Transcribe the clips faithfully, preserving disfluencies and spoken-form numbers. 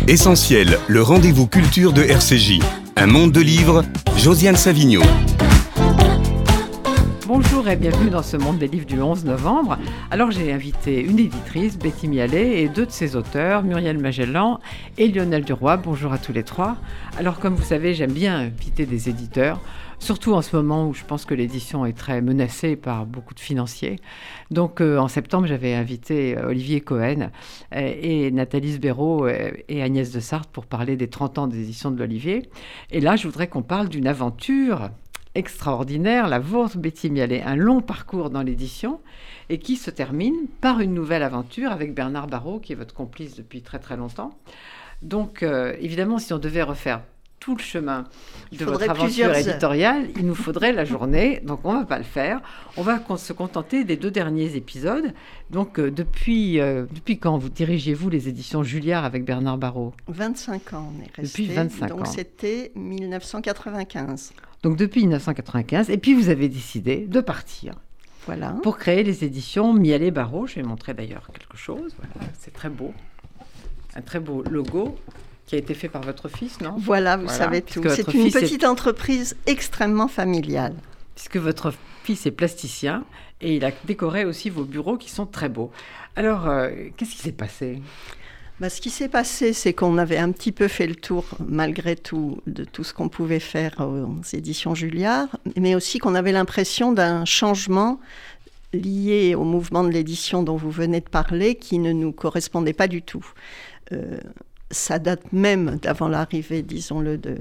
Essentiel, le rendez-vous culture de R C J. Un monde de livres, Josiane Savigno. Bonjour et bienvenue dans ce monde des livres du onze novembre. Alors j'ai invité une éditrice, Betty Mialet, et deux de ses auteurs, Muriel Magellan et Lionel Duroy. Bonjour à tous les trois. Alors comme vous savez, j'aime bien inviter des éditeurs, surtout en ce moment où je pense que l'édition est très menacée par beaucoup de financiers. Donc euh, en septembre, j'avais invité Olivier Cohen et, et Nathalie Sbéraud et, et Agnès de Sarthe pour parler des trente ans d'édition de l'Olivier. Et là, je voudrais qu'on parle d'une aventure extraordinaire, la vôtre, Betty Mialet, un long parcours dans l'édition et qui se termine par une nouvelle aventure avec Bernard Barrault, qui est votre complice depuis très très longtemps. Donc euh, évidemment, si on devait refaire tout le chemin de votre aventure éditoriale, il nous faudrait la journée, donc on ne va pas le faire. On va se contenter des deux derniers épisodes. Donc euh, depuis, euh, depuis quand vous dirigiez-vous les éditions Julliard avec Bernard Barrault ? vingt-cinq ans, on est resté. Depuis vingt-cinq donc ans. Donc c'était dix-neuf cent quatre-vingt-quinze. Donc depuis dix-neuf cent quatre-vingt-quinze, et puis vous avez décidé de partir. Voilà. Pour créer les éditions Mialet Barrault. Je vais montrer d'ailleurs quelque chose. Voilà, c'est très beau. Un très beau logo qui a été fait par votre fils, non ? Voilà, vous voilà, savez tout. C'est une petite est... entreprise extrêmement familiale. Puisque votre fils est plasticien et il a décoré aussi vos bureaux qui sont très beaux. Alors, euh, qu'est-ce qui s'est passé ? Bah, ce qui s'est passé, c'est qu'on avait un petit peu fait le tour, malgré tout, de tout ce qu'on pouvait faire aux éditions Julliard, mais aussi qu'on avait l'impression d'un changement lié au mouvement de l'édition dont vous venez de parler, qui ne nous correspondait pas du tout. Euh, ça date même d'avant l'arrivée, disons-le, de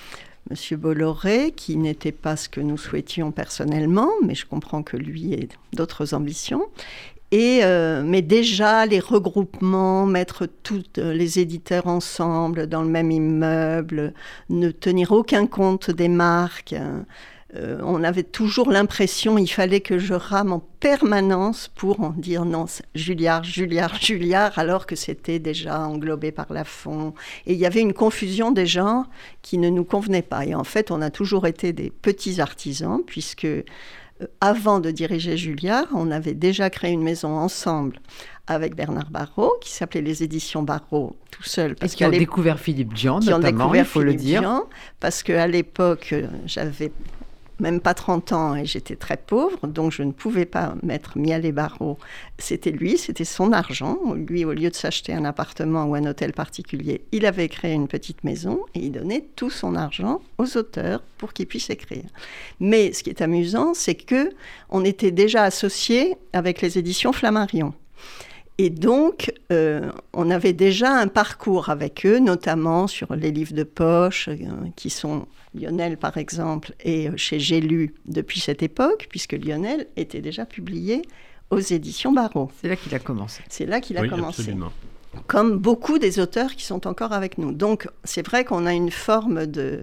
M. Bolloré, qui n'était pas ce que nous souhaitions personnellement, mais je comprends que lui ait d'autres ambitions. Et, euh, mais déjà, les regroupements, mettre tous les éditeurs ensemble dans le même immeuble, ne tenir aucun compte des marques, euh, on avait toujours l'impression qu'il fallait que je rame en permanence pour dire non, Julliard, Julliard, Julliard, alors que c'était déjà englobé par Lafon. Et il y avait une confusion des genres qui ne nous convenait pas. Et en fait, on a toujours été des petits artisans, puisque avant de diriger Julliard, on avait déjà créé une maison ensemble avec Bernard Barrault, qui s'appelait les éditions Barrault, tout seul. Parce et qui ont les... découvert Philippe Dian, qui notamment, il faut Philippe le dire. Dian, parce qu'à l'époque, j'avais même pas trente ans et j'étais très pauvre, donc je ne pouvais pas mettre Mialet Barrault. C'était lui, c'était son argent. Lui, au lieu de s'acheter un appartement ou un hôtel particulier, il avait créé une petite maison et il donnait tout son argent aux auteurs pour qu'ils puissent écrire. Mais ce qui est amusant, c'est qu'on était déjà associés avec les éditions Flammarion. Et donc, euh, on avait déjà un parcours avec eux, notamment sur les livres de poche, euh, qui sont Lionel, par exemple, et chez J'ai lu depuis cette époque, puisque Lionel était déjà publié aux éditions Barrault. C'est là qu'il a commencé. C'est là qu'il a oui, commencé. Absolument. Comme beaucoup des auteurs qui sont encore avec nous. Donc, c'est vrai qu'on a une forme de...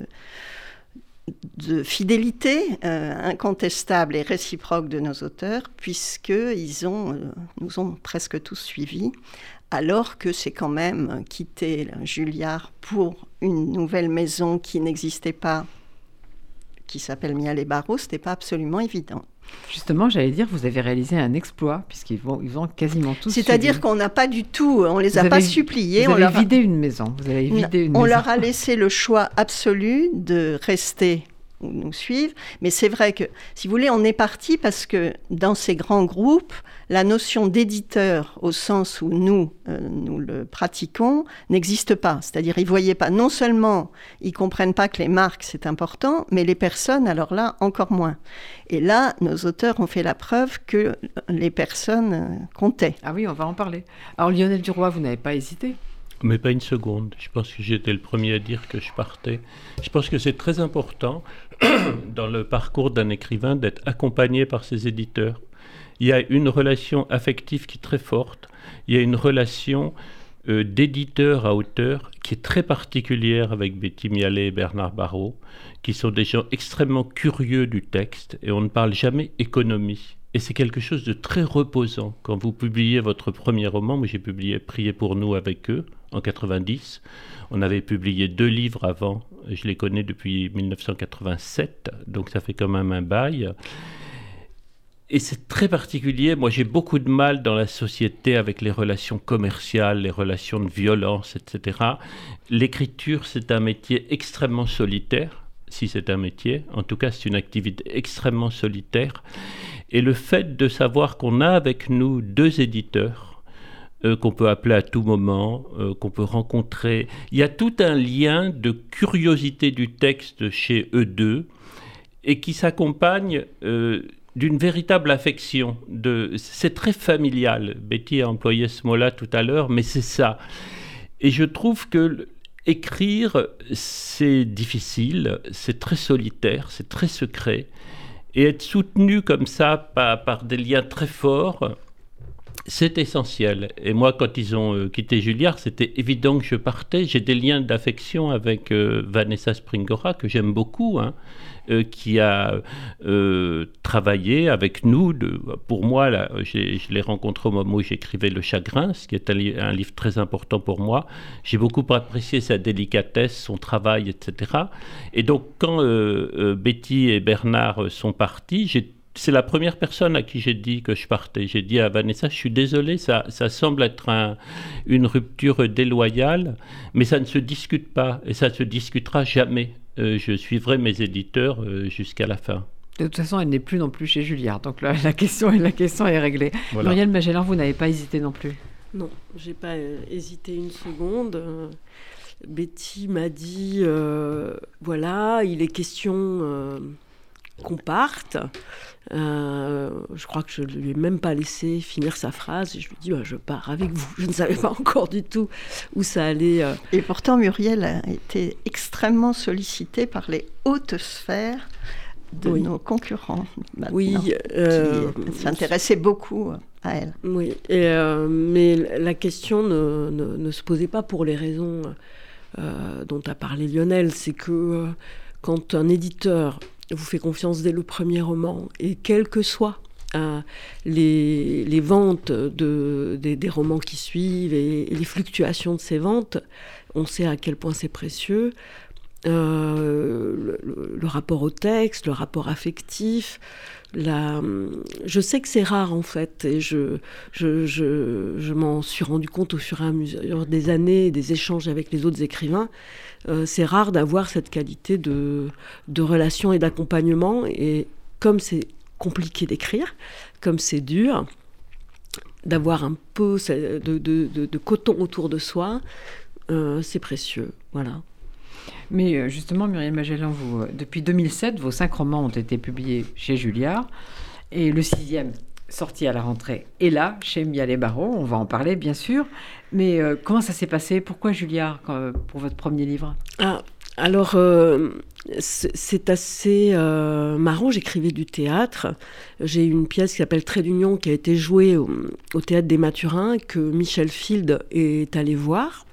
de fidélité euh, incontestable et réciproque de nos auteurs, puisqu'ils ont, euh, nous ont presque tous suivis, alors que c'est quand même quitter Julliard pour une nouvelle maison qui n'existait pas, qui s'appelle Mialet Barrault, ce n'était pas absolument évident. Justement, j'allais dire, vous avez réalisé un exploit, puisqu'ils vont, ils vont quasiment tous C'est-à-dire suivi. qu'on n'a pas du tout, on les vous a avez, pas suppliés. Vous on avez leur vidé a... une maison. Vous avez vidé une on maison. leur a laissé le choix absolu de rester ou nous suivre. Mais c'est vrai que, si vous voulez, on est parti parce que dans ces grands groupes, la notion d'éditeur, au sens où nous, euh, nous le pratiquons, n'existe pas. C'est-à-dire, ils ne voyaient pas, non seulement, ils ne comprennent pas que les marques, c'est important, mais les personnes, alors là, encore moins. Et là, nos auteurs ont fait la preuve que les personnes euh, comptaient. Ah oui, on va en parler. Alors, Lionel Duroy, vous n'avez pas hésité ? Mais pas une seconde. Je pense que j'étais le premier à dire que je partais. Je pense que c'est très important dans le parcours d'un écrivain d'être accompagné par ses éditeurs. Il y a une relation affective qui est très forte. Il y a une relation euh, d'éditeur à auteur qui est très particulière avec Betty Mialet et Bernard Barrault, qui sont des gens extrêmement curieux du texte et on ne parle jamais économie. Et c'est quelque chose de très reposant. Quand vous publiez votre premier roman, moi j'ai publié Priez pour nous avec eux en quatre-vingt-dix. On avait publié deux livres avant, je les connais depuis dix-neuf cent quatre-vingt-sept, donc ça fait quand même un bail. Et c'est très particulier. Moi, j'ai beaucoup de mal dans la société avec les relations commerciales, les relations de violence, et cetera. L'écriture, c'est un métier extrêmement solitaire, si c'est un métier. En tout cas, c'est une activité extrêmement solitaire. Et le fait de savoir qu'on a avec nous deux éditeurs, euh, qu'on peut appeler à tout moment, euh, qu'on peut rencontrer, il y a tout un lien de curiosité du texte chez eux deux, et qui s'accompagne... Euh, d'une véritable affection. De... C'est très familial. Betty a employé ce mot-là tout à l'heure, mais c'est ça. Et je trouve que écrire, c'est difficile, c'est très solitaire, c'est très secret. Et être soutenu comme ça par, par des liens très forts, c'est essentiel. Et moi, quand ils ont euh, quitté Julliard, c'était évident que je partais. J'ai des liens d'affection avec euh, Vanessa Springora, que j'aime beaucoup, hein, euh, qui a euh, travaillé avec nous. De, pour moi, là, j'ai, je l'ai rencontré au moment où j'écrivais Le Chagrin, ce qui est un, li- un livre très important pour moi. J'ai beaucoup apprécié sa délicatesse, son travail, et cetera. Et donc, quand euh, euh, Betty et Bernard sont partis, j'ai c'est la première personne à qui j'ai dit que je partais. J'ai dit à Vanessa, je suis désolé, ça, ça semble être un, une rupture déloyale, mais ça ne se discute pas, et ça ne se discutera jamais. Euh, je suivrai mes éditeurs euh, jusqu'à la fin. De toute façon, elle n'est plus non plus chez Julliard, donc la, la, question, la question est réglée. Voilà. Muriel Magellan, vous n'avez pas hésité non plus? Non, je n'ai pas euh, hésité une seconde. Euh, Betty m'a dit, euh, voilà, il est question... Euh, qu'on parte. Euh, je crois que je ne lui ai même pas laissé finir sa phrase. Et je lui ai dit, bah, je pars avec vous. Je ne savais pas encore du tout où ça allait. Euh... Et pourtant, Muriel a été extrêmement sollicitée par les hautes sphères de oui. nos concurrents. Maintenant, oui. Euh, qui s'intéressaient beaucoup à elle. Oui, et, euh, mais la question ne, ne, ne se posait pas pour les raisons euh, dont a parlé Lionel. C'est que euh, quand un éditeur vous fait confiance dès le premier roman, et quelles que soient euh, les, les ventes de, des, des romans qui suivent et, et les fluctuations de ces ventes, on sait à quel point c'est précieux. Euh, le, le, le rapport au texte, le rapport affectif, la... je sais que c'est rare en fait, et je, je, je, je m'en suis rendu compte au fur et à mesure des années, des échanges avec les autres écrivains. Euh, c'est rare d'avoir cette qualité de, de relation et d'accompagnement, et comme c'est compliqué d'écrire, comme c'est dur, d'avoir un peu de, de, de, de coton autour de soi, euh, c'est précieux, voilà. Mais justement, Muriel Magellan, vous, depuis deux mille sept, vos cinq romans ont été publiés chez Julliard, et le sixième, sorti à la rentrée, est là, chez Mialet-Barreau. On va en parler, bien sûr. Mais euh, comment ça s'est passé? Pourquoi Julliard quand, pour votre premier livre? Ah, alors, euh, c'est, c'est assez euh, marrant. J'écrivais du théâtre. J'ai une pièce qui s'appelle Trait d'Union, qui a été jouée au, au Théâtre des Mathurins, que Michel Field est allé voir.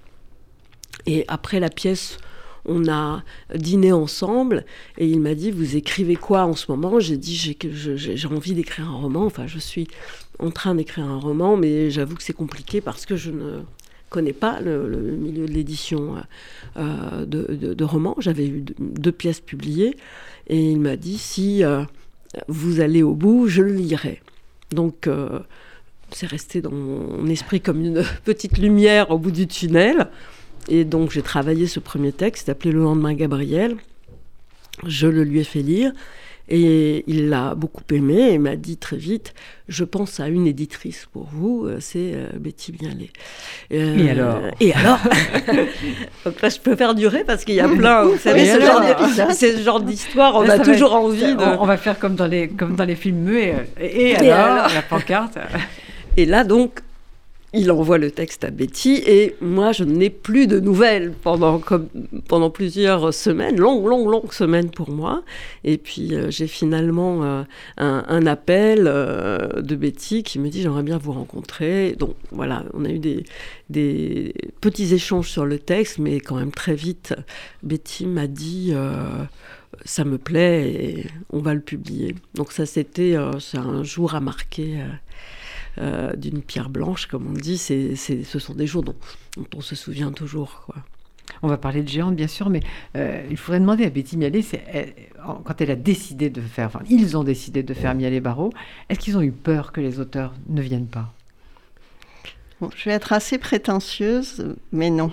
Et après la pièce... on a dîné ensemble et il m'a dit, vous écrivez quoi en ce moment? J'ai dit, j'ai, j'ai, j'ai envie d'écrire un roman, enfin je suis en train d'écrire un roman, mais j'avoue que c'est compliqué parce que je ne connais pas le, le milieu de l'édition euh, de, de, de romans. J'avais eu deux, deux pièces publiées et il m'a dit, si euh, vous allez au bout, je le lirai. Donc euh, c'est resté dans mon esprit comme une petite lumière au bout du tunnel. Et donc, j'ai travaillé ce premier texte, appelé Le lendemain Gabriel. Je le lui ai fait lire et il l'a beaucoup aimé et m'a dit très vite, je pense à une éditrice pour vous, c'est euh, Betty Mialet. Euh, et alors Et alors Donc là, je peux faire durer parce qu'il y a plein, vous savez, ce genre, de, ce genre d'histoire, on là, a toujours être, envie de... On, on va faire comme dans les, comme dans les films muets. Et, et, alors, et alors la pancarte. Et là, donc, il envoie le texte à Betty et moi, je n'ai plus de nouvelles pendant, comme, pendant plusieurs semaines, longues, longues, longues semaines pour moi. Et puis, euh, j'ai finalement euh, un, un appel euh, de Betty qui me dit « J'aimerais bien vous rencontrer ». Donc, voilà, on a eu des, des petits échanges sur le texte, mais quand même très vite, Betty m'a dit euh, « Ça me plaît et on va le publier ». Donc, ça, c'était euh, c'est un jour à marquer euh, Euh, d'une pierre blanche, comme on dit, c'est, c'est, ce sont des jours dont, dont on se souvient toujours, quoi. On va parler de Géante, bien sûr, mais euh, il faudrait demander à Betty Mialet, c'est, elle, quand elle a décidé de faire, enfin, ils ont décidé de faire Mialet-Barrault, est-ce qu'ils ont eu peur que les auteurs ne viennent pas ? Bon, je vais être assez prétentieuse, mais non.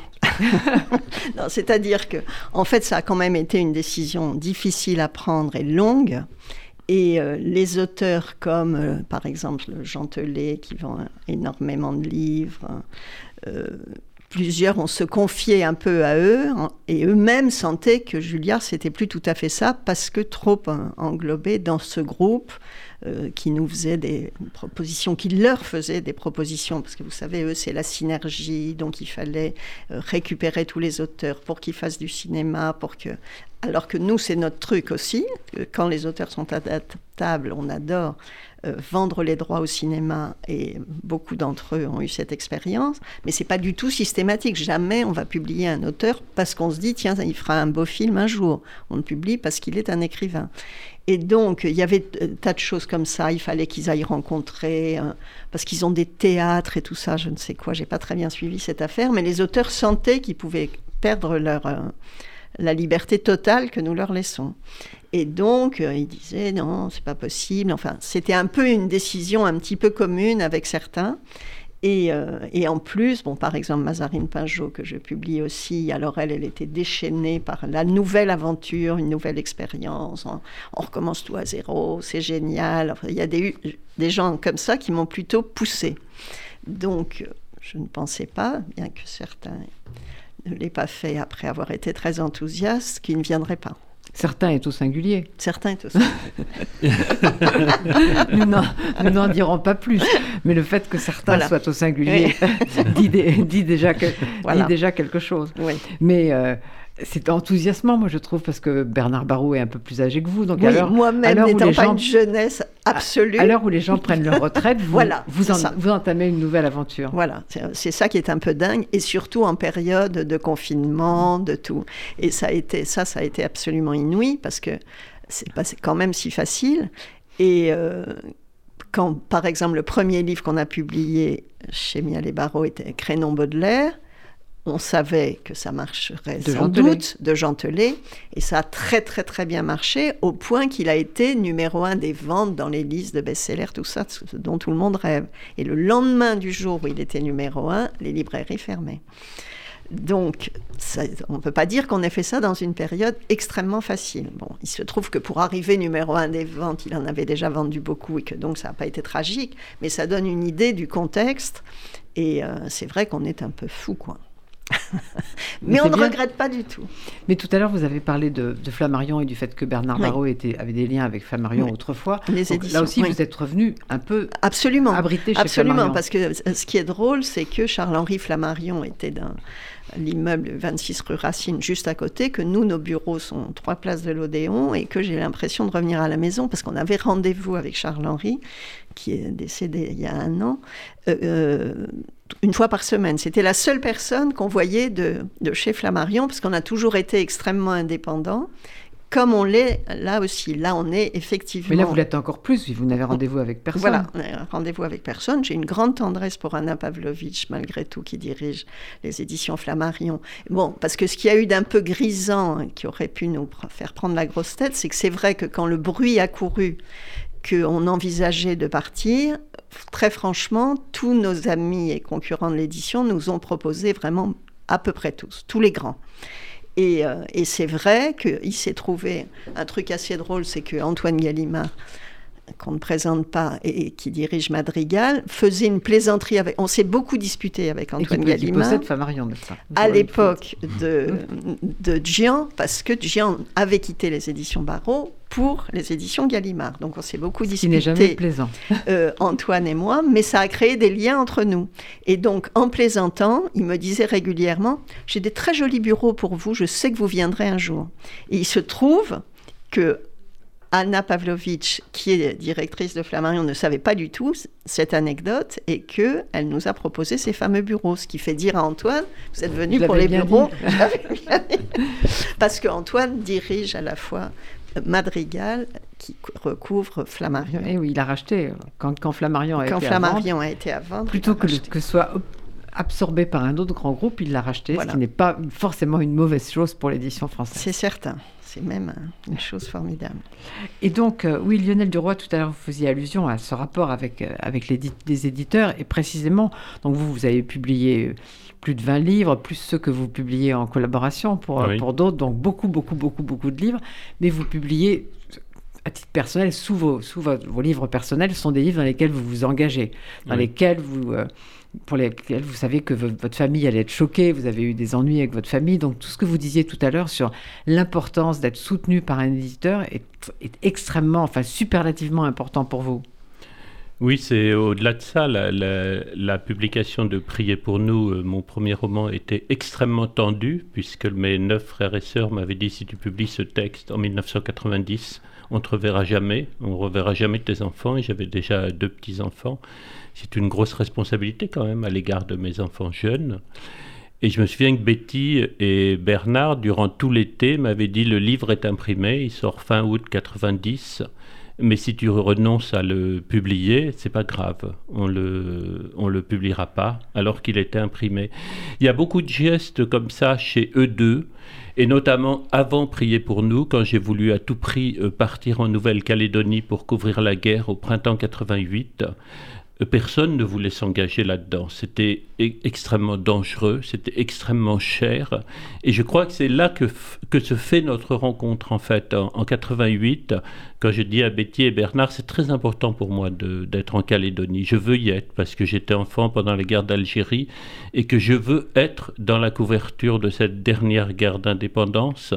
non, c'est-à-dire que, en fait, ça a quand même été une décision difficile à prendre et longue. Et euh, les auteurs comme, euh, par exemple, Jean Telet, qui vend énormément de livres, euh, plusieurs ont se confié un peu à eux, hein, et eux-mêmes sentaient que Julliard, c'était plus tout à fait ça, parce que trop hein, englobé dans ce groupe euh, qui nous faisait des propositions, qui leur faisait des propositions, parce que vous savez, eux, c'est la synergie, donc il fallait euh, récupérer tous les auteurs pour qu'ils fassent du cinéma, pour que... Alors que nous, c'est notre truc aussi, quand les auteurs sont adaptables, on adore euh, vendre les droits au cinéma, et beaucoup d'entre eux ont eu cette expérience, mais c'est pas du tout systématique. Jamais on va publier un auteur parce qu'on se dit, tiens, il fera un beau film un jour. On le publie parce qu'il est un écrivain. Et donc, il y avait un tas de choses comme ça. Il fallait qu'ils aillent rencontrer, hein, parce qu'ils ont des théâtres et tout ça, je ne sais quoi. J'ai pas très bien suivi cette affaire, mais les auteurs sentaient qu'ils pouvaient perdre leur... Euh, la liberté totale que nous leur laissons. Et donc, euh, ils disaient, non, c'est pas possible. Enfin, c'était un peu une décision un petit peu commune avec certains. Et, euh, et en plus, bon, par exemple, Mazarine Pinjot, que je publie aussi, alors elle, elle était déchaînée par la nouvelle aventure, une nouvelle expérience. On, on recommence tout à zéro, c'est génial. Enfin, il y a des, des gens comme ça qui m'ont plutôt poussée. Donc, je ne pensais pas, bien que certains... ne l'ai pas fait après avoir été très enthousiaste, qui ne viendrait pas. Certains est au singulier. Certains est au singulier. nous, n'en, nous n'en dirons pas plus. Mais le fait que certains voilà. soient au singulier oui. dit, dit, déjà que, voilà. dit déjà quelque chose. Oui. Mais euh, c'est enthousiasmant, moi, je trouve, parce que Bernard Barrault est un peu plus âgé que vous. Donc oui, à l'heure, moi-même, n'étant pas gens, une jeunesse absolue. À, à l'heure où les gens prennent leur retraite, vous, voilà, vous, en, vous entamez une nouvelle aventure. Voilà, c'est, c'est ça qui est un peu dingue, et surtout en période de confinement, de tout. Et ça a été, ça, ça a été absolument inouï, parce que c'est pas c'est quand même si facile. Et euh, quand, par exemple, le premier livre qu'on a publié chez Mialet-Barrault était Crénon Baudelaire, on savait que ça marcherait de sans Jean doute, de Jean Telet, et ça a très très très bien marché, au point qu'il a été numéro un des ventes dans les listes de best-sellers, tout ça, ce dont tout le monde rêve. Et le lendemain du jour où il était numéro un, les librairies fermaient. Donc, ça, on ne peut pas dire qu'on ait fait ça dans une période extrêmement facile. Bon, il se trouve que pour arriver numéro un des ventes, il en avait déjà vendu beaucoup, et que donc ça n'a pas été tragique, mais ça donne une idée du contexte, et euh, c'est vrai qu'on est un peu fou, quoi. Mais, mais on ne bien. regrette pas du tout. Mais tout à l'heure, vous avez parlé de, de Flammarion et du fait que Bernard oui. Barrault était, avait des liens avec Flammarion oui. autrefois. Les Donc, éditions, là aussi, oui. vous êtes revenu un peu absolument, abrité chez absolument, Flammarion. Parce que ce qui est drôle, c'est que Charles-Henri Flammarion était dans l'immeuble vingt-six rue Racine, juste à côté, que nous, nos bureaux sont trois places de l'Odéon, et que j'ai l'impression de revenir à la maison, parce qu'on avait rendez-vous avec Charles-Henri, qui est décédé il y a un an, euh, une fois par semaine. C'était la seule personne qu'on voyait de, de chez Flammarion, parce qu'on a toujours été extrêmement indépendants, comme on l'est là aussi. Là, on est effectivement... Mais là, vous l'êtes encore plus, vous n'avez rendez-vous avec personne. Voilà, on a rendez-vous avec personne. J'ai une grande tendresse pour Anna Pavlovitch, malgré tout, qui dirige les éditions Flammarion. Bon, parce que ce qu'il y a eu d'un peu grisant, qui aurait pu nous faire prendre la grosse tête, c'est que c'est vrai que quand le bruit a couru, qu'on envisageait de partir, très franchement, tous nos amis et concurrents de l'édition nous ont proposé vraiment à peu près tous, tous les grands. Et, euh, et c'est vrai qu'il s'est trouvé un truc assez drôle, c'est qu'Antoine Gallimard, qu'on ne présente pas et, et qui dirige Madrigal, faisait une plaisanterie avec... On s'est beaucoup disputé avec Antoine et qui, Gallimard. Qui possède Flammarion, n'est-ce pas ? À l'époque de, de Gian, parce que Gian avait quitté les éditions Barrault pour les éditions Gallimard. Donc on s'est beaucoup disputé. Ce qui n'est jamais plaisant. Euh, Antoine et moi, mais ça a créé des liens entre nous. Et donc, en plaisantant, il me disait régulièrement, « J'ai des très jolis bureaux pour vous, je sais que vous viendrez un jour. » Et il se trouve que Anna Pavlovitch, qui est directrice de Flammarion, ne savait pas du tout cette anecdote, et qu'elle nous a proposé ces fameux bureaux, ce qui fait dire à Antoine, vous êtes venu pour les bureaux. Parce qu'Antoine dirige à la fois Madrigal, qui recouvre Flammarion. Et oui, il a racheté quand, quand Flammarion a quand été Flammarion à vendre. a été à vendre. Plutôt que, le, que soit absorbé par un autre grand groupe, il l'a racheté, Voilà. ce qui n'est pas forcément une mauvaise chose pour l'édition française. C'est certain. C'est même une chose formidable. Et donc, euh, oui, Lionel Duroy, tout à l'heure, vous faisiez allusion à ce rapport avec, euh, avec les, les éditeurs. Et précisément, donc vous, vous avez publié plus de vingt livres, plus ceux que vous publiez en collaboration pour, Oui. pour d'autres. Donc, beaucoup, beaucoup, beaucoup, beaucoup de livres. Mais vous publiez, à titre personnel, sous vos, sous vos, vos livres personnels, sont des livres dans lesquels vous vous engagez, dans Oui. lesquels vous... Euh, pour lesquels vous savez que v- votre famille allait être choquée, vous avez eu des ennuis avec votre famille. Donc tout ce que vous disiez tout à l'heure sur l'importance d'être soutenu par un éditeur est, est extrêmement, enfin superlativement important pour vous. Oui, c'est au-delà de ça, la, la, la publication de Priez pour nous, euh, mon premier roman, était extrêmement tendue, puisque mes neuf frères et sœurs m'avaient dit, si tu publies ce texte en dix-neuf cent quatre-vingt-dix, on ne te reverra jamais, on ne reverra jamais tes enfants, et j'avais déjà deux petits-enfants. C'est une grosse responsabilité quand même à l'égard de mes enfants jeunes. Et je me souviens que Betty et Bernard, durant tout l'été, m'avaient dit, le livre est imprimé, il sort fin août quatre-vingt-dix, mais si tu renonces à le publier, c'est pas grave, on le, on le publiera pas, alors qu'il était imprimé. Il y a beaucoup de gestes comme ça chez eux deux, et notamment avant Priez pour nous, quand j'ai voulu à tout prix euh, partir en Nouvelle-Calédonie pour couvrir la guerre au printemps quatre-vingt-huit. Euh, Personne ne voulait s'engager là-dedans. C'était e- extrêmement dangereux, c'était extrêmement cher. Et je crois que c'est là que, f- que se fait notre rencontre, en fait. En, en quatre-vingt-huit, quand je dis à Betty et Bernard, c'est très important pour moi de, d'être en Calédonie. Je veux y être parce que j'étais enfant pendant la guerre d'Algérie et que je veux être dans la couverture de cette dernière guerre d'indépendance.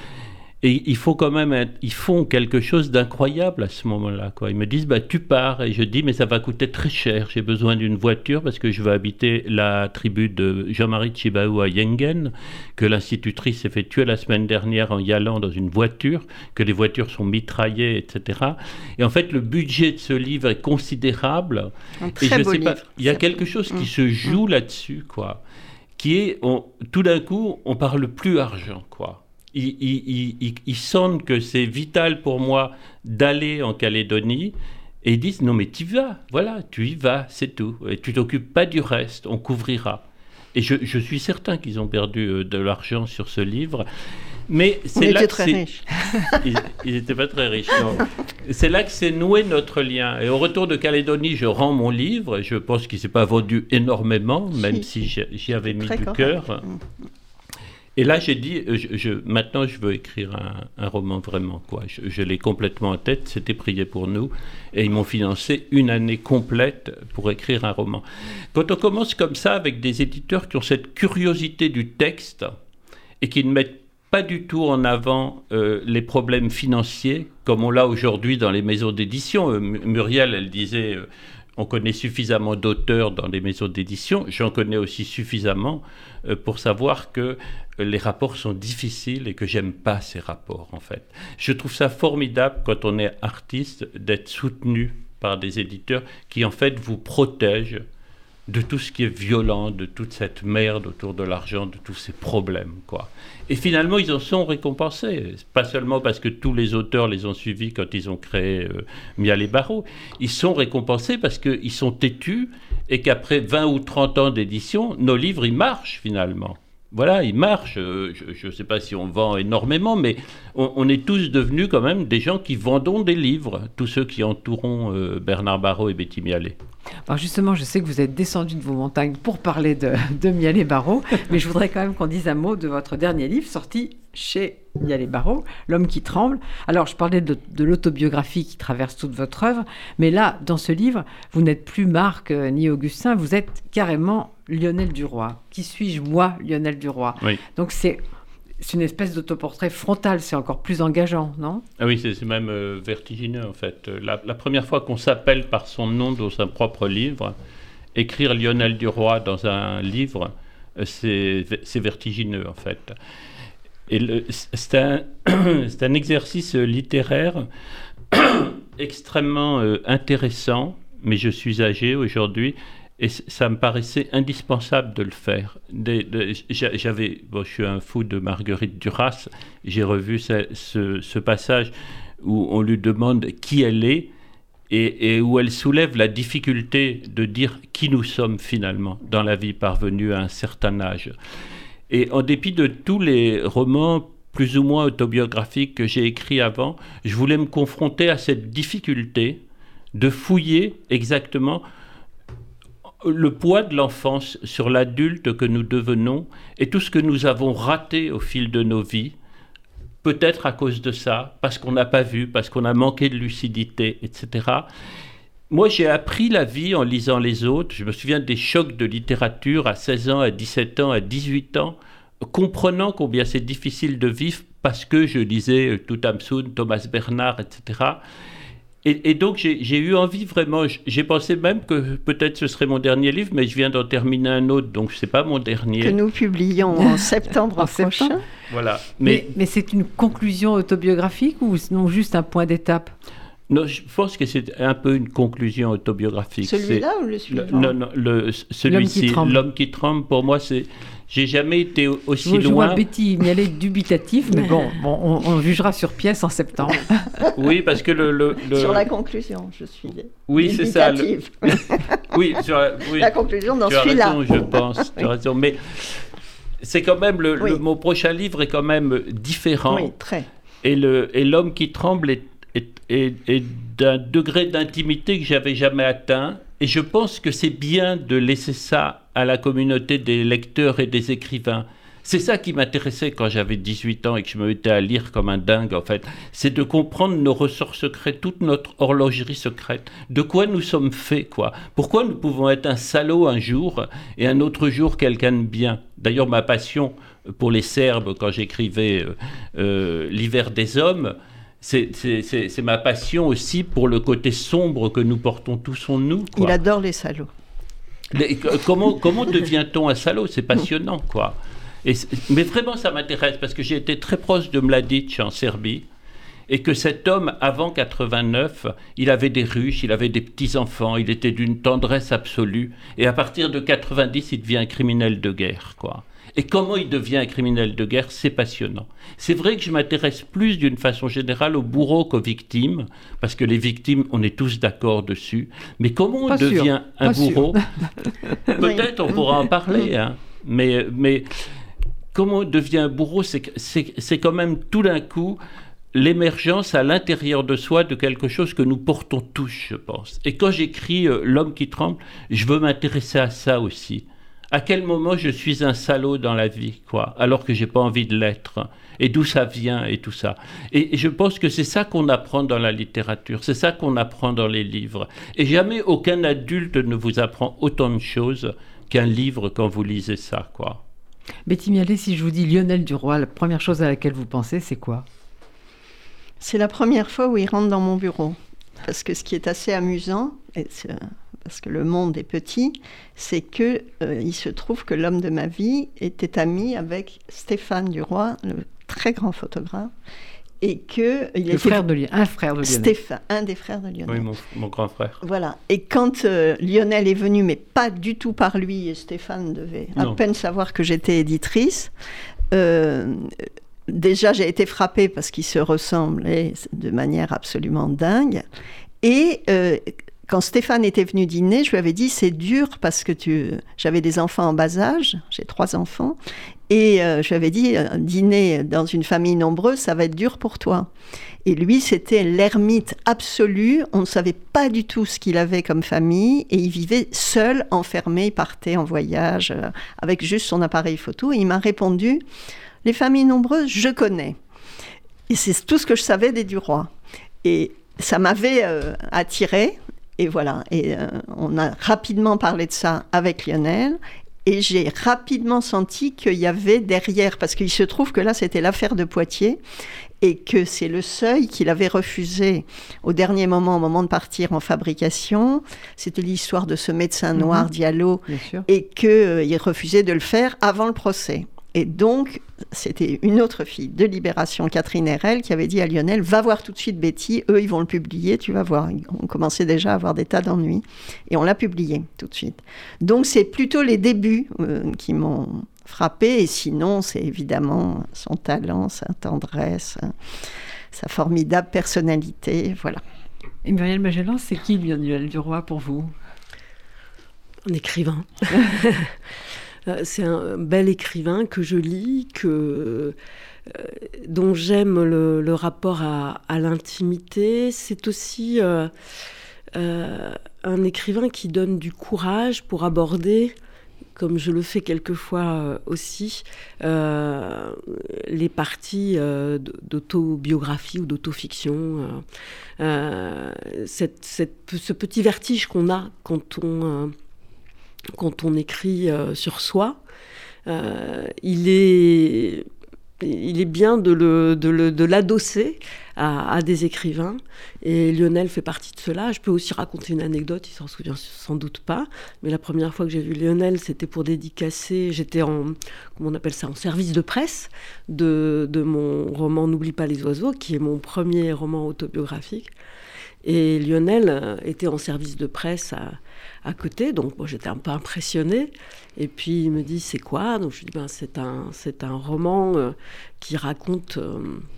Et il faut quand même, être, ils font quelque chose d'incroyable à ce moment-là, quoi. Ils me disent, bah, tu pars. Et je dis, mais ça va coûter très cher. J'ai besoin d'une voiture parce que je veux habiter la tribu de Jean-Marie Tchibaou à Yengen, que l'institutrice s'est fait tuer la semaine dernière en y allant dans une voiture, que les voitures sont mitraillées, et cetera. Et en fait, le budget de ce livre est considérable. Un Et très je beau sais pas, livre. il y a C'est- quelque chose qui Mm. se joue là-dessus, quoi. Qui est, on, tout d'un coup, on parle plus argent, quoi. Ils, ils, ils, ils sentent que c'est vital pour moi d'aller en Calédonie et ils disent non mais tu vas, voilà, tu y vas, c'est tout. Et tu t'occupes pas du reste, on couvrira. Et je, je suis certain qu'ils ont perdu euh, de l'argent sur ce livre. Mais On c'est là était que très c'est... riches. Ils n'étaient pas très riches, non. C'est là que s'est noué notre lien. Et au retour de Calédonie, je rends mon livre. Et je pense qu'il ne s'est pas vendu énormément, même Si. si j'y- j'y avais mis Très du correct. cœur. Et là, j'ai dit, euh, je, je- maintenant, je veux écrire un, un roman vraiment, quoi. Je, je l'ai complètement en tête, c'était Priez pour nous. Et ils m'ont financé une année complète pour écrire un roman. Quand on commence comme ça, avec des éditeurs qui ont cette curiosité du texte et qui ne mettent pas du tout en avant euh, les problèmes financiers, comme on l'a aujourd'hui dans les maisons d'édition. Euh, Muriel, elle disait... Euh, on connaît suffisamment d'auteurs dans les maisons d'édition, j'en connais aussi suffisamment euh, pour savoir que euh, les rapports sont difficiles et que j'aime pas ces rapports en fait. Je trouve ça formidable quand on est artiste d'être soutenu par des éditeurs qui en fait vous protègent de tout ce qui est violent, de toute cette merde autour de l'argent, de tous ces problèmes, quoi. Et finalement, ils en sont récompensés. Pas seulement parce que tous les auteurs les ont suivis quand ils ont créé euh, Mial et Barreau. Ils sont récompensés parce qu'ils sont têtus et qu'après vingt ou trente ans d'édition, nos livres, ils marchent finalement. Voilà, ils marchent. Euh, je ne sais pas si on vend énormément, mais on, on est tous devenus quand même des gens qui vendons des livres, tous ceux qui entourent euh, Bernard Barreau et Betty Mialet. Alors justement, je sais que vous êtes descendu de vos montagnes pour parler de, de Mial et Barreau, mais je voudrais quand même qu'on dise un mot de votre dernier livre sorti chez Mial et Barreau, L'homme qui tremble. Alors, je parlais de, de l'autobiographie qui traverse toute votre œuvre, mais là, dans ce livre, vous n'êtes plus Marc euh, ni Augustin, vous êtes carrément Lionel Duroy. Qui suis-je, moi, Lionel Duroy? Oui. Donc, c'est... C'est une espèce d'autoportrait frontal, c'est encore plus engageant, non? Ah oui, c'est, c'est même euh, vertigineux en fait. La, la première fois qu'on s'appelle par son nom dans un propre livre, écrire Lionel Duroy dans un livre, euh, c'est, c'est vertigineux en fait. Et le, c'est, un, c'est un exercice littéraire extrêmement euh, intéressant, mais je suis âgé aujourd'hui. Et ça me paraissait indispensable de le faire. Des, de, j'avais, bon, je suis un fou de Marguerite Duras. J'ai revu ce, ce, ce passage où on lui demande qui elle est. et, et où elle soulève la difficulté de dire qui nous sommes finalement dans la vie parvenue à un certain âge. Et en dépit de tous les romans plus ou moins autobiographiques que j'ai écrits avant, je voulais me confronter à cette difficulté de fouiller exactement le poids de l'enfance sur l'adulte que nous devenons et tout ce que nous avons raté au fil de nos vies, peut-être à cause de ça, parce qu'on n'a pas vu, parce qu'on a manqué de lucidité, et cetera. Moi, j'ai appris la vie en lisant les autres. Je me souviens des chocs de littérature à seize ans, à dix-sept ans, à dix-huit ans, comprenant combien c'est difficile de vivre parce que je lisais Tout Hamsun, Thomas Bernhard, et cetera. Et, et donc, j'ai, j'ai eu envie vraiment, j'ai pensé même que peut-être ce serait mon dernier livre, mais je viens d'en terminer un autre, donc ce n'est pas mon dernier. Que nous publions en septembre en prochain. septembre. Voilà. Mais, Mais, mais c'est une conclusion autobiographique ou sinon juste un point d'étape? non, je pense que c'est un peu une conclusion autobiographique. Celui-là C'est, ou le suivant? Non, non, le, celui-ci, L'homme qui tremble. L'homme qui tremble, pour moi, c'est... J'ai jamais été aussi Je, je vois loin. Betty Mialet dubitatif, mais bon, bon on, on jugera sur pièce en septembre. Oui, parce que le... le, le... Sur la conclusion, je suis Oui, c'est ça. Le... dubitative. Oui, sur la... oui. La conclusion dans tu as celui-là. raison, je pense. Tu as raison. Mais c'est quand même... Le, Oui. le, mon prochain livre est quand même différent. Oui, très. Et, le, et L'homme qui tremble est, est, est, est d'un degré d'intimité que j'avais jamais atteint. Et je pense que c'est bien de laisser ça à la communauté des lecteurs et des écrivains. C'est ça qui m'intéressait quand j'avais dix-huit ans et que je me mettais à lire comme un dingue, en fait. C'est de comprendre nos ressorts secrets, toute notre horlogerie secrète. De quoi nous sommes faits, quoi. Pourquoi nous pouvons être un salaud un jour et un autre jour quelqu'un de bien. D'ailleurs, ma passion pour les Serbes, quand j'écrivais euh, euh, L'hiver des hommes, C'est, c'est, c'est, c'est ma passion aussi pour le côté sombre que nous portons tous en nous, quoi. Il adore les salauds. Les, comment, comment devient-on un salaud? C'est passionnant, quoi. Et mais vraiment, ça m'intéresse, parce que j'ai été très proche de Mladic en Serbie, et que cet homme, avant quatre-vingt-neuf, il avait des ruches, il avait des petits-enfants, il était d'une tendresse absolue, et à partir de quatre-vingt-dix, il devient un criminel de guerre, quoi. Et comment il devient un criminel de guerre, c'est passionnant. C'est vrai que je m'intéresse plus d'une façon générale aux bourreaux qu'aux victimes, parce que les victimes, on est tous d'accord dessus. Mais comment on Pas sûr, devient un pas bourreau? sûr. Peut-être on pourra en parler, hein. mais, mais comment on devient un bourreau, c'est, c'est, c'est quand même tout d'un coup l'émergence à l'intérieur de soi de quelque chose que nous portons tous, je pense. Et quand j'écris euh, L'homme qui tremble, je veux m'intéresser à ça aussi. À quel moment je suis un salaud dans la vie, quoi, alors que j'ai pas envie de l'être, et d'où ça vient et tout ça. Et, et je pense que c'est ça qu'on apprend dans la littérature, c'est ça qu'on apprend dans les livres. Et jamais aucun adulte ne vous apprend autant de choses qu'un livre quand vous lisez ça, quoi. Betty Mialet, si je vous dis Lionel Duroy, la première chose à laquelle vous pensez, c'est quoi? C'est la première fois où il rentre dans mon bureau. Parce que ce qui est assez amusant, et c'est, parce que le monde est petit, c'est qu'il euh, se trouve que l'homme de ma vie était ami avec Stéphane Duroy, le très grand photographe, et que... Il Le était frère de Lionel, un frère de Lionel. Stéphane, un des frères de Lionel. Oui, mon, mon grand frère. Voilà. Et quand euh, Lionel est venu, mais pas du tout par lui, et Stéphane devait à Non. peine savoir que j'étais éditrice, euh, déjà j'ai été frappée parce qu'ils se ressemblaient de manière absolument dingue. Et euh, quand Stéphane était venu dîner, je lui avais dit, c'est dur parce que tu... j'avais des enfants en bas âge, j'ai trois enfants, et euh, je lui avais dit, euh, dîner dans une famille nombreuse, ça va être dur pour toi. Et lui, c'était l'ermite absolu, on ne savait pas du tout ce qu'il avait comme famille, et il vivait seul, enfermé, il partait en voyage, euh, avec juste son appareil photo, et il m'a répondu, les familles nombreuses, je connais. Et c'est tout ce que je savais des Duroy. Et ça m'avait euh, attirée, et voilà. Et euh, on a rapidement parlé de ça avec Lionel, et j'ai rapidement senti qu'il y avait derrière, parce qu'il se trouve que là, c'était l'affaire de Poitiers, et que c'est le seuil qu'il avait refusé au dernier moment, au moment de partir en fabrication. C'était l'histoire de ce médecin noir, Mmh. Diallo, Bien sûr. et qu'il euh, refusait de le faire avant le procès. Et donc, c'était une autre fille de Libération, Catherine Herrel, qui avait dit à Lionel, va voir tout de suite Betty, eux, ils vont le publier, tu vas voir. On commençait déjà à avoir des tas d'ennuis. Et on l'a publié tout de suite. Donc, c'est plutôt les débuts euh, qui m'ont frappée. Et sinon, c'est évidemment son talent, sa tendresse, sa formidable personnalité, voilà. Et Muriel Magellan, c'est qui Lionel Duroy pour vous ? Un écrivain. C'est un bel écrivain que je lis, que, euh, dont j'aime le, le rapport à, à l'intimité. C'est aussi euh, euh, un écrivain qui donne du courage pour aborder, comme je le fais quelquefois euh, aussi, euh, les parties euh, d'autobiographie ou d'autofiction. Euh, euh, cette, cette, ce petit vertige qu'on a quand on... Euh, quand on écrit euh, sur soi, euh, il est, il est bien de, le, de, le, de l'adosser à, à des écrivains. Et Lionel fait partie de cela. Je peux aussi raconter une anecdote, il s'en souvient sans doute pas. Mais la première fois que j'ai vu Lionel, c'était pour dédicacer, j'étais en, comment on appelle ça, en service de presse de, de mon roman N'oublie pas les oiseaux, qui est mon premier roman autobiographique. Et Lionel était en service de presse à, à côté, donc moi j'étais un peu impressionnée. Et puis il me dit c'est quoi ? Donc je lui dis ben, c'est un c'est un roman euh, qui raconte euh,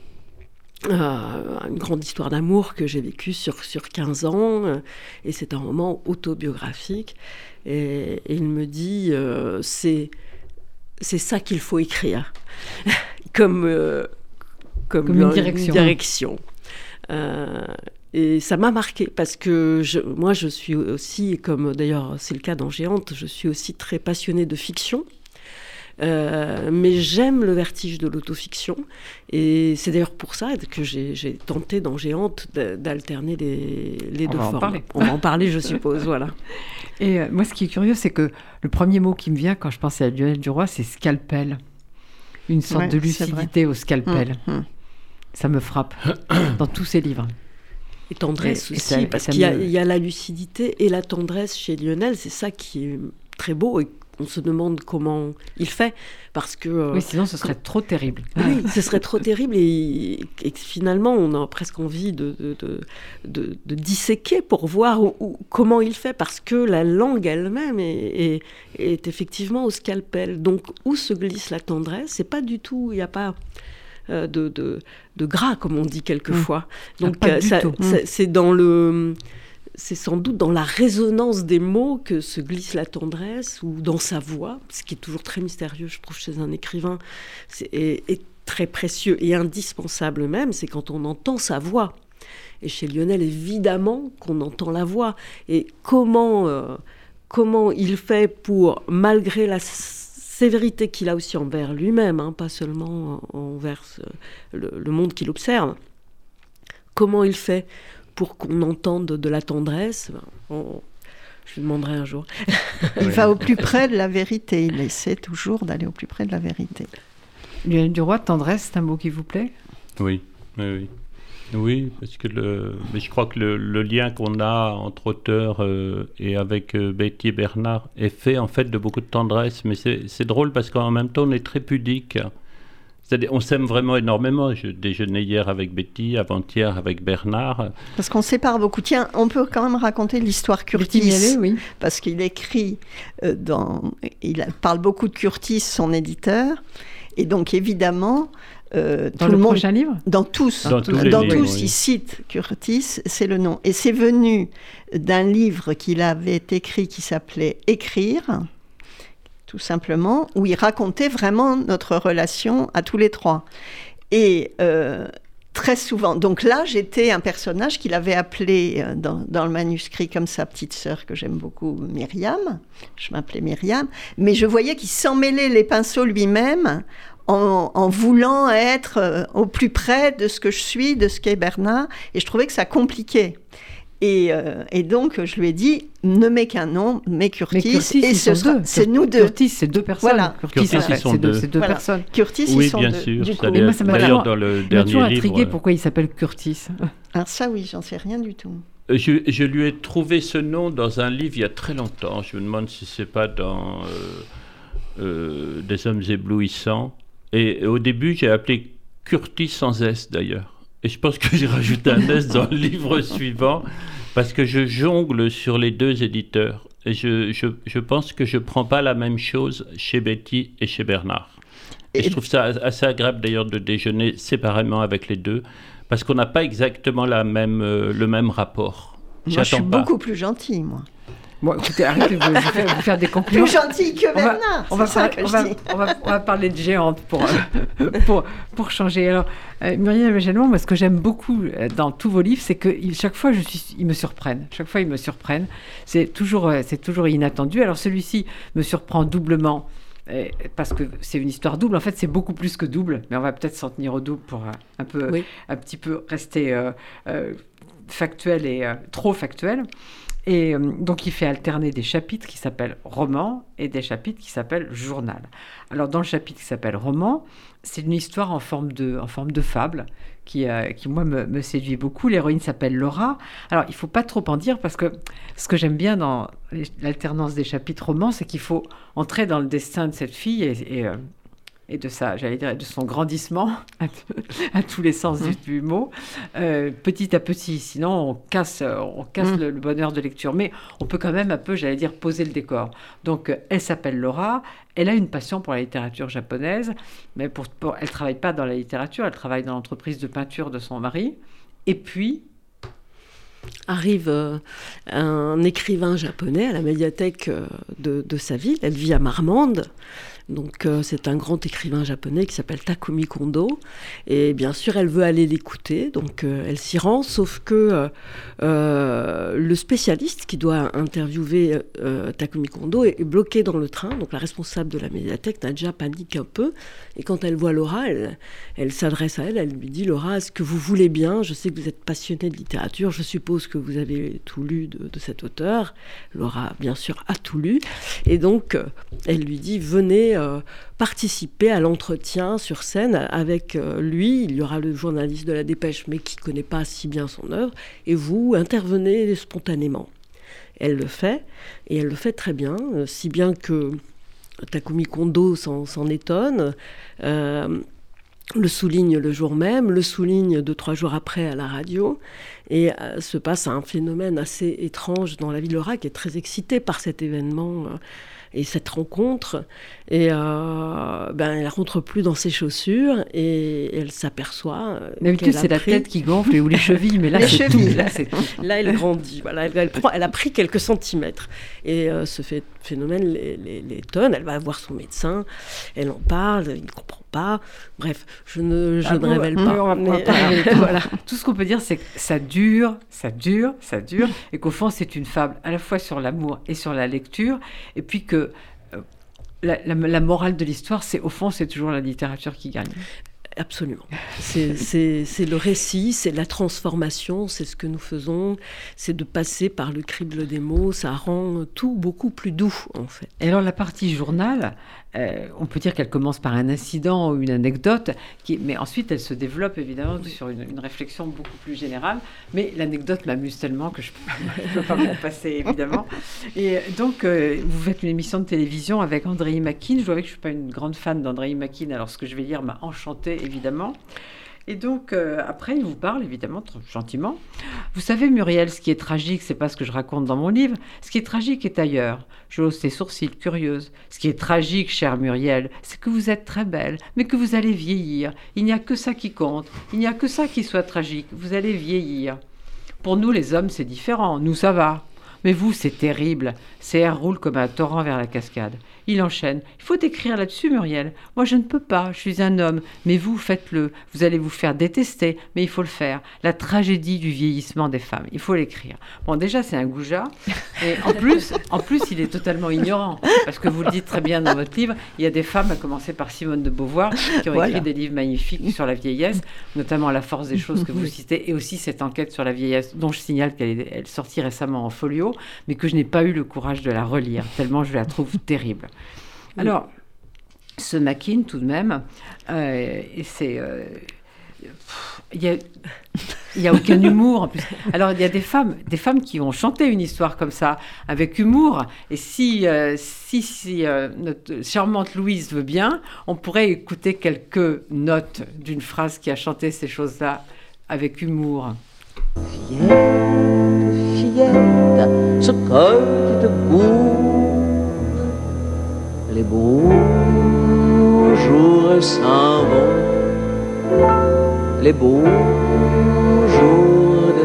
euh, une grande histoire d'amour que j'ai vécue sur sur quinze ans, euh, et c'est un roman autobiographique. Et, et il me dit euh, c'est c'est ça qu'il faut écrire comme euh, comme, comme une direction. Une direction. Euh, Et ça m'a marqué parce que je, moi, je suis aussi, comme d'ailleurs c'est le cas dans Géante, je suis aussi très passionnée de fiction. Euh, mais j'aime le vertige de l'autofiction. Et c'est d'ailleurs pour ça que j'ai, j'ai tenté dans Géante d'alterner les, les On deux va en formes. parler. On va en parler, je suppose. Voilà. Et euh, moi, ce qui est curieux, c'est que le premier mot qui me vient quand je pense à Lionel Duroy, c'est scalpel. Une sorte Ouais, de lucidité au scalpel. Mmh, mmh. Ça me frappe dans tous ses livres. Et tendresse Et- et aussi, ça- parce ça qu'il y a, me- il y a la lucidité et la tendresse chez Lionel. C'est ça qui est très beau et on se demande comment il fait. Parce que, euh, Oui, sinon ce serait trop terrible. oui, ce serait trop terrible et, et finalement on a presque envie de, de, de, de, de disséquer pour voir où, où- comment il fait, parce que la langue elle-même est, est, est effectivement au scalpel. Donc où se glisse la tendresse ? C'est pas du tout, il n'y a pas euh, de, de, de gras comme on dit quelquefois. Donc pas euh, du ça- tout. ça- c'est dans le... C'est sans doute dans la résonance des mots que se glisse la tendresse, ou dans sa voix, ce qui est toujours très mystérieux, je trouve, chez un écrivain, c'est, et, et très précieux et indispensable même, c'est quand on entend sa voix. Et chez Lionel, évidemment qu'on entend la voix. Et comment, euh, comment il fait pour, malgré la sévérité qu'il a aussi envers lui-même, hein, pas seulement envers le, le monde qu'il observe, comment il fait pour qu'on entende de la tendresse, on, je lui demanderai un jour. Il va au plus près de la vérité. Il essaie toujours d'aller au plus près de la vérité. Lionel Duroy, tendresse, c'est un mot qui vous plaît ? Oui, oui, oui. Oui, parce que le, mais je crois que le, le lien qu'on a entre auteurs euh, et avec euh, Betty et Bernard est fait en fait de beaucoup de tendresse. Mais c'est, c'est drôle parce qu'en même temps on est très pudique. C'est-à-dire, on s'aime vraiment énormément. Je déjeunais hier avec Betty, avant-hier avec Bernard. Parce qu'on sépare beaucoup. Tiens, on peut quand même raconter l'histoire Betty Curtis. Mialet, oui. Parce qu'il écrit euh, dans... Il parle beaucoup de Curtis, son éditeur. Et donc, évidemment... Euh, Dans tout le le monde, prochain livre ? dans tous, Dans tous les dans livres, tous oui. il cite Curtis, c'est le nom. Et c'est venu d'un livre qu'il avait écrit qui s'appelait « Écrire », tout simplement, où il racontait vraiment notre relation à tous les trois. Et euh, très souvent, donc là, j'étais un personnage qu'il avait appelé euh, dans, dans le manuscrit comme sa petite sœur que j'aime beaucoup, Myriam. Je m'appelais Myriam. Mais je voyais qu'il s'en mêlait les pinceaux lui-même en, en voulant être euh, au plus près de ce que je suis, de ce qu'est Bernard. Et je trouvais que ça compliquait. Et, euh, et donc, je lui ai dit, ne mets qu'un nom, mets Curtis. Mais Curtis, et ils ce sont sera, deux. c'est nous deux. Curtis, c'est deux personnes. Voilà. Curtis, Curtis, c'est, ils sont c'est deux, deux. c'est deux Voilà. personnes. Curtis, Oui, ils sont bien deux. sûr. Du Ça coup, allait- Et moi, ça m'a D'ailleurs, toujours- dans le Il m'a dernier toujours livre, intrigué pourquoi il s'appelle Curtis. alors ça, oui, j'en sais rien du tout. euh, je, je lui ai trouvé ce nom dans un livre il y a très longtemps. Je me demande si c'est pas dans euh, euh, Des hommes éblouissants. Et, et au début, j'ai appelé Curtis sans S d'ailleurs. Et je pense que j'ai rajouté un S dans le livre suivant parce que je jongle sur les deux éditeurs. Et je, je, je pense que je ne prends pas la même chose chez Betty et chez Bernard. Et, Et- je trouve ça assez agréable d'ailleurs de déjeuner séparément avec les deux parce qu'on n'a pas exactement la même, euh, le même rapport. Moi, je suis pas. beaucoup plus gentille, moi. Bon, écoutez, arrêtez de vous, vous faire, vous faire des compliments. Plus gentille que Bernard, on va, c'est ça on va, que on je va, dis. on va, on va parler de géante pour, euh, pour, pour changer. Alors, euh, Muriel Magellon, moi, ce que j'aime beaucoup euh, dans tous vos livres, c'est que il, chaque fois, je suis, ils me surprennent. Chaque fois, ils me surprennent. C'est toujours, euh, c'est toujours inattendu. Alors, celui-ci me surprend doublement. Euh, parce que c'est une histoire double. En fait, c'est beaucoup plus que double, mais on va peut-être s'en tenir au double pour euh, un, peu, Oui. un petit peu rester euh, euh, factuel et euh, trop factuel. Et euh, donc, il fait alterner des chapitres qui s'appellent roman et des chapitres qui s'appellent journal. Alors, dans le chapitre qui s'appelle roman, c'est une histoire en forme de, en forme de fable qui, euh, qui moi, me, me séduit beaucoup. L'héroïne s'appelle Laura. Alors, il ne faut pas trop en dire parce que ce que j'aime bien dans les, l'alternance des chapitres romans, c'est qu'il faut entrer dans le destin de cette fille et... et euh, et de sa, j'allais dire, de son grandissement à, à tous les sens du, du mot, euh, petit à petit. Sinon, on casse, on casse mmh. le, le bonheur de lecture. Mais on peut quand même un peu, j'allais dire, poser le décor. Donc, elle s'appelle Laura. Elle a une passion pour la littérature japonaise, mais pour, pour, elle ne travaille pas dans la littérature, elle travaille dans l'entreprise de peinture de son mari. Et puis... arrive euh, un écrivain japonais à la médiathèque euh, de, de sa ville. Elle vit à Marmande. Donc euh, c'est un grand écrivain japonais qui s'appelle Takumi Kondo. Et bien sûr, elle veut aller l'écouter. Donc euh, elle s'y rend, sauf que euh, le spécialiste qui doit interviewer euh, Takumi Kondo est, est bloqué dans le train. Donc la responsable de la médiathèque, Nadja, panique un peu. Et quand elle voit Laura, elle, elle s'adresse à elle. Elle lui dit « Laura, est-ce que vous voulez bien ? Je sais que vous êtes passionnée de littérature. Je suppose que vous avez tout lu de, de cet auteur. » Laura, bien sûr, a tout lu. Et donc, euh, elle lui dit « Venez euh, participer à l'entretien sur scène avec euh, lui. Il y aura le journaliste de la Dépêche, mais qui ne connaît pas si bien son œuvre. Et vous intervenez spontanément. » Elle le fait, et elle le fait très bien, euh, si bien que Takumi Kondo s'en, s'en étonne, euh, le souligne le jour même, le souligne deux, trois jours après à la radio, et euh, se passe un phénomène assez étrange dans la vie de Laura, qui est très excitée par cet événement euh, et cette rencontre, et euh, ben, elle ne rentre plus dans ses chaussures, et elle s'aperçoit euh, D'habitude, c'est pris... la tête qui gonfle ou les chevilles, mais là, les c'est chevilles. tout. Là, c'est... là, elle grandit, voilà, elle, elle, prend, elle a pris quelques centimètres, et euh, ce fait, phénomène l'étonne, elle va voir son médecin, elle en parle, il ne comprend pas, bref, je ne, je ah ne bon, révèle bah, pas. On va, mais, on va parler, voilà. Tout ce qu'on peut dire, c'est que ça dure, ça dure, ça dure, et qu'au fond, c'est une fable à la fois sur l'amour et sur la lecture, et puis que euh, la, la, la morale de l'histoire, c'est au fond, c'est toujours la littérature qui gagne. Absolument. C'est, c'est, c'est le récit, c'est la transformation, c'est ce que nous faisons, c'est de passer par le crible des mots, ça rend tout beaucoup plus doux, en fait. Et alors, la partie journal, euh, on peut dire qu'elle commence par un incident ou une anecdote, qui, mais ensuite, elle se développe, évidemment, sur une, une réflexion beaucoup plus générale. Mais l'anecdote m'amuse tellement que je ne peux pas m'en passer, évidemment. Et donc, euh, vous faites une émission de télévision avec Andréi Makine. Je dois avouer que je ne suis pas une grande fan d'Andréi Makine, alors ce que je vais lire m'a enchantée, évidemment. Et donc, euh, après, il vous parle, évidemment, trop gentiment. Vous savez, Muriel, ce qui est tragique, c'est pas ce que je raconte dans mon livre. Ce qui est tragique est ailleurs. Je hausse les sourcils, curieuse. Ce qui est tragique, chère Muriel, c'est que vous êtes très belle, mais que vous allez vieillir. Il n'y a que ça qui compte. Il n'y a que ça qui soit tragique. Vous allez vieillir. Pour nous, les hommes, c'est différent. Nous, ça va. Mais vous, c'est terrible. Ces airs roulent comme un torrent vers la cascade. Il enchaîne. Il faut écrire là-dessus, Muriel. Moi, je ne peux pas. Je suis un homme. Mais vous, faites-le. Vous allez vous faire détester, mais il faut le faire. La tragédie du vieillissement des femmes. Il faut l'écrire. Bon, déjà, c'est un goujat. Et en plus, en plus, il est totalement ignorant. Parce que vous le dites très bien dans votre livre, il y a des femmes, à commencer par Simone de Beauvoir, qui ont voilà. écrit des livres magnifiques sur la vieillesse, notamment La force des choses que vous citez, et aussi cette enquête sur la vieillesse, dont je signale qu'elle est elle sortit récemment en folio, mais que je n'ai pas eu le courage de la relire, tellement je la trouve terrible. Alors, ce Makine, tout de même, euh, c'est... Euh, il n'y a, y a aucun humour, en plus. Alors, il y a des femmes, des femmes qui ont chanté une histoire comme ça, avec humour. Et si, euh, si, si euh, notre charmante Louise veut bien, on pourrait écouter quelques notes d'une phrase qui a chanté ces choses-là avec humour. Fillette, fillette, se colle debout. Les beaux jours s'en vont, les beaux jours de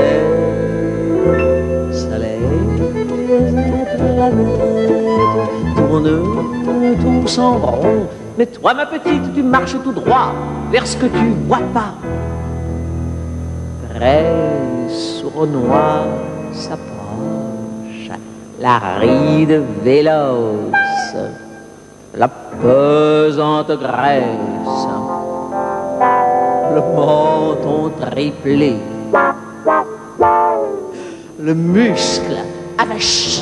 fête, soleil et planète tournent tous en rond. Mais toi, ma petite, tu marches tout droit vers ce que tu vois pas. Près, sournois s'approche la ride véloce, la pesante graisse, le menton triplé, le muscle avachi.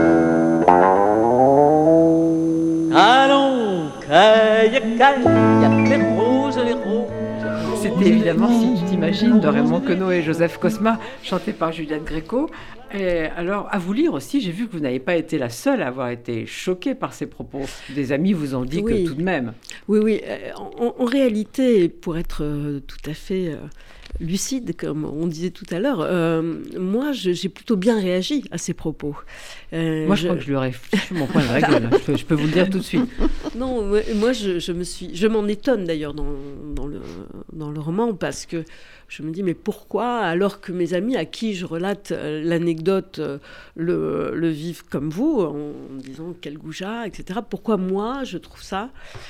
Allons, cueille, cueille, les roses, les roses. C'était évidemment Si tu t'imagines de Raymond Queneau et Joseph Cosma, chanté par Juliette Gréco. Et alors, à vous lire aussi, j'ai vu que vous n'avez pas été la seule à avoir été choquée par ces propos. Des amis vous ont dit oui. que tout de même. Oui, oui. En, en réalité, pour être euh, tout à fait euh, lucide, comme on disait tout à l'heure, euh, moi, je, j'ai plutôt bien réagi à ces propos. Euh, moi, je, je crois que je lui aurais fichu mon poing de la gueule. je, peux, je peux vous le dire tout de suite. Non, moi, je, je me suis, je m'en étonne d'ailleurs dans, dans le dans le roman parce que je me dis mais pourquoi, alors que mes amis à qui je relate l'anecdote le, le vivent comme vous, en disant quel goujat, et cetera. Pourquoi moi je trouve ça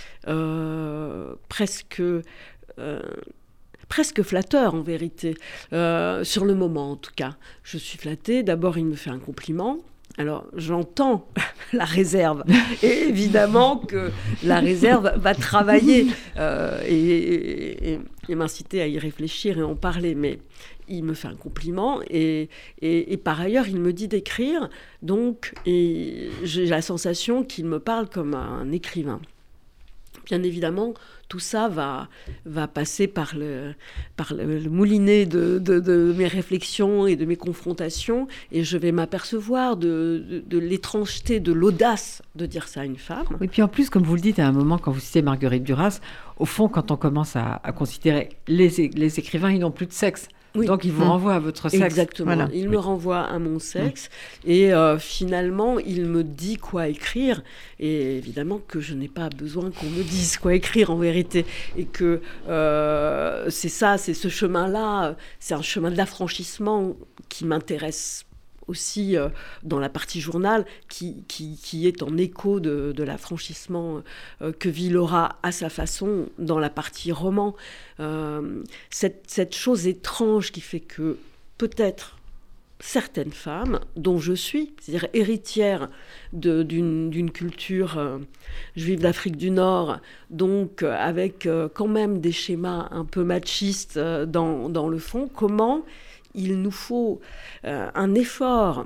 euh, presque euh, presque flatteur en vérité, euh, sur le moment en tout cas. Je suis flattée. D'abord, il me fait un compliment. Alors, j'entends la réserve. Et évidemment que la réserve va travailler euh, et, et, et, et m'inciter à y réfléchir et en parler. Mais il me fait un compliment et, et, et par ailleurs, il me dit d'écrire. Donc, et j'ai la sensation qu'il me parle comme un écrivain. Bien évidemment, tout ça va, va passer par le, par le, le moulinet de, de, de mes réflexions et de mes confrontations, et je vais m'apercevoir de, de, de l'étrangeté, de l'audace de dire ça à une femme. Et puis en plus, comme vous le dites à un moment, quand vous citez Marguerite Duras, au fond, quand on commence à, à considérer les, les écrivains, ils n'ont plus de sexe. Oui. Donc, il vous mmh. renvoie à votre sexe. Exactement. Voilà. Il oui. me renvoie à mon sexe. Mmh. Et euh, finalement, il me dit quoi écrire. Et évidemment que je n'ai pas besoin qu'on me dise quoi écrire en vérité. Et que euh, c'est ça, c'est ce chemin-là. C'est un chemin d'affranchissement qui m'intéresse aussi euh, dans la partie journal, qui, qui, qui est en écho de, de l'affranchissement euh, que vit Laura à sa façon dans la partie roman. Euh, cette, cette chose étrange qui fait que peut-être certaines femmes, dont je suis, c'est-à-dire héritière de, d'une, d'une culture euh, juive d'Afrique du Nord, donc euh, avec euh, quand même des schémas un peu machistes euh, dans, dans le fond, comment il nous faut euh, un effort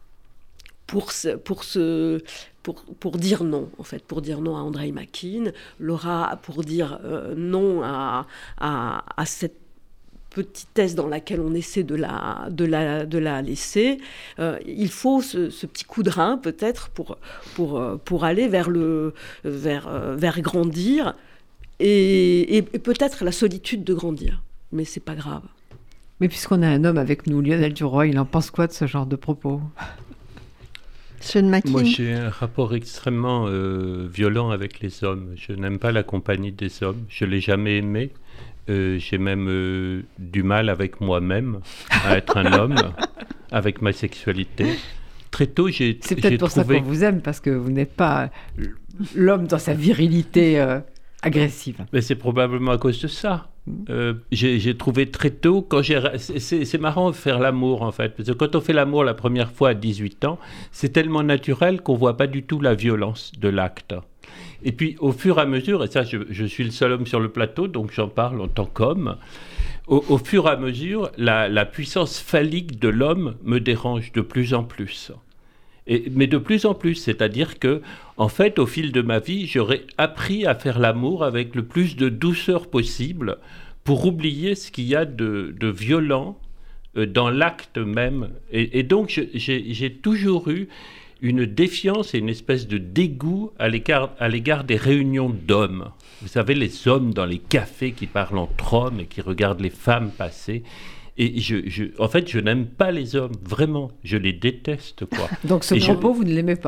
pour, se, pour, se, pour, pour dire non, en fait, pour dire non à Andreï Makine, Laura pour dire euh, non à, à, à cette petitesse dans laquelle on essaie de la, de la, de la laisser. Euh, il faut ce, ce petit coup de rein, peut-être, pour, pour, pour aller vers, le, vers, vers grandir et, et, et peut-être la solitude de grandir. Mais c'est pas grave. Mais puisqu'on a un homme avec nous, Lionel Duroy, il en pense quoi de ce genre de propos ? Moi, j'ai un rapport extrêmement euh, violent avec les hommes. Je n'aime pas la compagnie des hommes. Je ne l'ai jamais aimé. Euh, j'ai même euh, du mal avec moi-même à être un homme, avec ma sexualité. Très tôt, j'ai, C'est peut-être j'ai pour trouvé... ça qu'on vous aime, parce que vous n'êtes pas l'homme dans sa virilité euh, agressive. Mais c'est probablement à cause de ça. Euh, j'ai, j'ai trouvé très tôt, quand j'ai, c'est, c'est marrant de faire l'amour en fait, parce que quand on fait l'amour la première fois à dix-huit ans, c'est tellement naturel qu'on ne voit pas du tout la violence de l'acte. Et puis au fur et à mesure, et ça je, je suis le seul homme sur le plateau, donc j'en parle en tant qu'homme, au, au fur et à mesure, la, la puissance phallique de l'homme me dérange de plus en plus. Et, mais de plus en plus, c'est-à-dire que, en fait, au fil de ma vie, j'aurais appris à faire l'amour avec le plus de douceur possible pour oublier ce qu'il y a de, de violent euh, dans l'acte même. Et, et donc, je, j'ai, j'ai toujours eu une défiance et une espèce de dégoût à l'égard, à l'égard des réunions d'hommes. Vous savez, les hommes dans les cafés qui parlent entre hommes et qui regardent les femmes passer. Et je, je, en fait, je n'aime pas les hommes, vraiment. Je les déteste, quoi. Donc ce et propos, je... vous ne l'aimez pas ?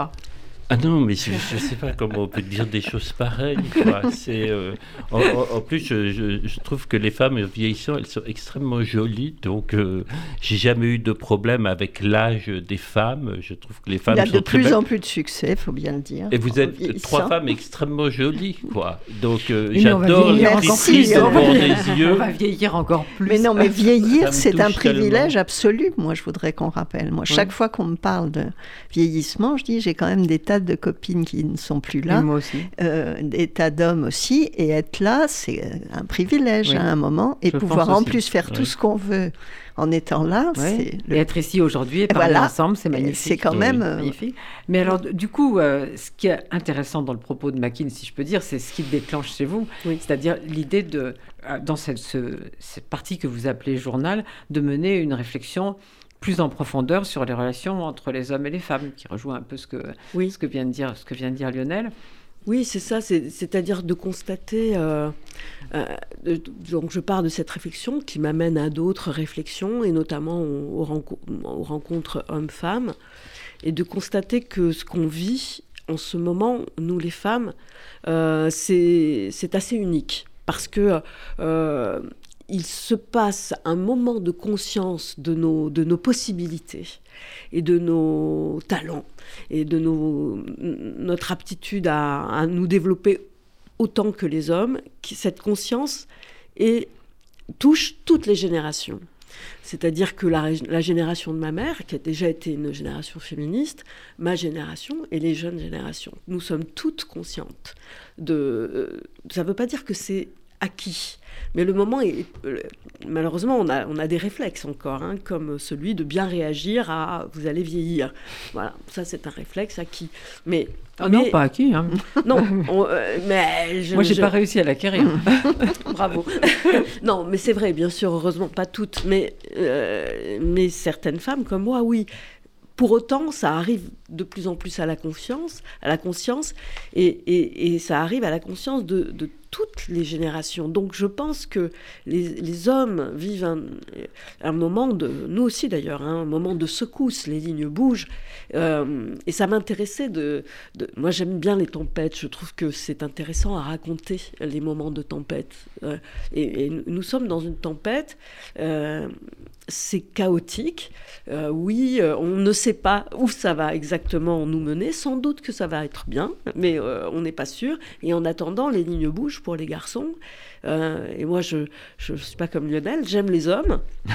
Ah non, mais je ne sais pas comment on peut dire des choses pareilles. Quoi. C'est, euh, en, en, en plus, je, je, je trouve que les femmes vieillissant, elles sont extrêmement jolies. Donc, euh, j'ai jamais eu de problème avec l'âge des femmes. Je trouve que les femmes Il y a sont de très plus belles. en plus de succès, il faut bien le dire. Et vous êtes vieillissant. trois femmes extrêmement jolies, quoi. Donc, euh, Oui, mais on va j'adore les vieillir encore petits plus. cils devant les On yeux. va vieillir encore plus. Mais non, mais Ça vieillir, me c'est touche un privilège tellement. absolu. Moi, je voudrais qu'on rappelle. Moi, chaque Oui. fois qu'on me parle de vieillissement, je dis, j'ai quand même des tas de copines qui ne sont plus Et là, moi aussi. euh, des tas d'hommes aussi, et être là, c'est un privilège Oui. à un moment, et Je pouvoir pense en aussi. plus faire tout Oui. ce qu'on veut en étant là, Ouais. c'est Et le- être ici aujourd'hui et parler Voilà. ensemble, c'est magnifique. c'est quand Oui. même euh, Magnifique. Mais alors, du coup, euh, ce qui est intéressant dans le propos de Makin, si je peux dire, c'est ce qui déclenche chez vous, Oui. c'est-à-dire l'idée de, euh, dans cette, ce- cette partie que vous appelez journal, de mener une réflexion plus en profondeur sur les relations entre les hommes et les femmes, qui rejoint un peu ce que, Oui. ce que, vient, de dire, ce que vient de dire Lionel. Oui, c'est ça, c'est, c'est-à-dire de constater. Euh, euh, de- donc, je pars de cette réflexion qui m'amène à d'autres réflexions, et notamment aux, aux renco- aux rencontres hommes-femmes, et de constater que ce qu'on vit en ce moment, nous les femmes, euh, c'est, c'est assez unique. Parce que. Euh, il se passe un moment de conscience de nos, de nos possibilités et de nos talents et de nos, notre aptitude à, à nous développer autant que les hommes, qui, cette conscience est, touche toutes les générations. C'est-à-dire que la, la génération de ma mère, qui a déjà été une génération féministe, ma génération et les jeunes générations, nous sommes toutes conscientes de... Euh, ça ne veut pas dire que c'est acquis. Mais le moment est... Euh, malheureusement, on a, on a des réflexes encore, hein, comme celui de bien réagir à « vous allez vieillir ». Voilà, ça c'est un réflexe acquis. Mais, Ah mais- non, pas acquis. Hein. Non, on- euh, mais... Je, Moi, j'ai je- pas réussi à l'acquérir. Bravo. Non, mais c'est vrai, bien sûr, heureusement, pas toutes, mais, euh, mais certaines femmes comme moi, oui. Pour autant, ça arrive de plus en plus à la conscience, à la conscience, et, et, et ça arrive à la conscience de, de toutes les générations. Donc, je pense que les, les hommes vivent un, un moment de, nous aussi d'ailleurs, hein, un moment de secousse. Les lignes bougent, euh, et ça m'intéressait de, de. Moi, j'aime bien les tempêtes. Je trouve que c'est intéressant à raconter les moments de tempête. Euh, et, et nous sommes dans une tempête. Euh, c'est chaotique. Euh, oui, euh, on ne sait pas où ça va exactement nous mener. Sans doute que ça va être bien, mais euh, on n'est pas sûr. Et en attendant, les lignes bougent pour les garçons. Euh, et moi, je ne suis pas comme Lionel, j'aime les hommes.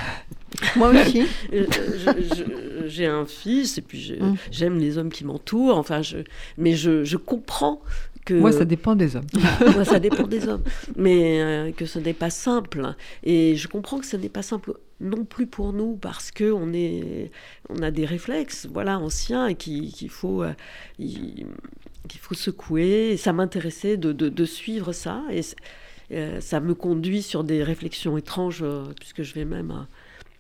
moi aussi. Je- je- je- j'ai un fils et puis je- Mm. j'aime les hommes qui m'entourent. Enfin, je, mais je, je comprends que... Moi, ça dépend des hommes. Moi, ça dépend des hommes, mais euh, que ce n'est pas simple. Et je comprends que ce n'est pas simple non plus pour nous, parce qu'on est, on a des réflexes, voilà, anciens, et qu'il, qu'il faut, euh, il- qu'il faut secouer. Et ça m'intéressait de, de, de suivre ça, et euh, ça me conduit sur des réflexions étranges, euh, puisque je vais même... euh,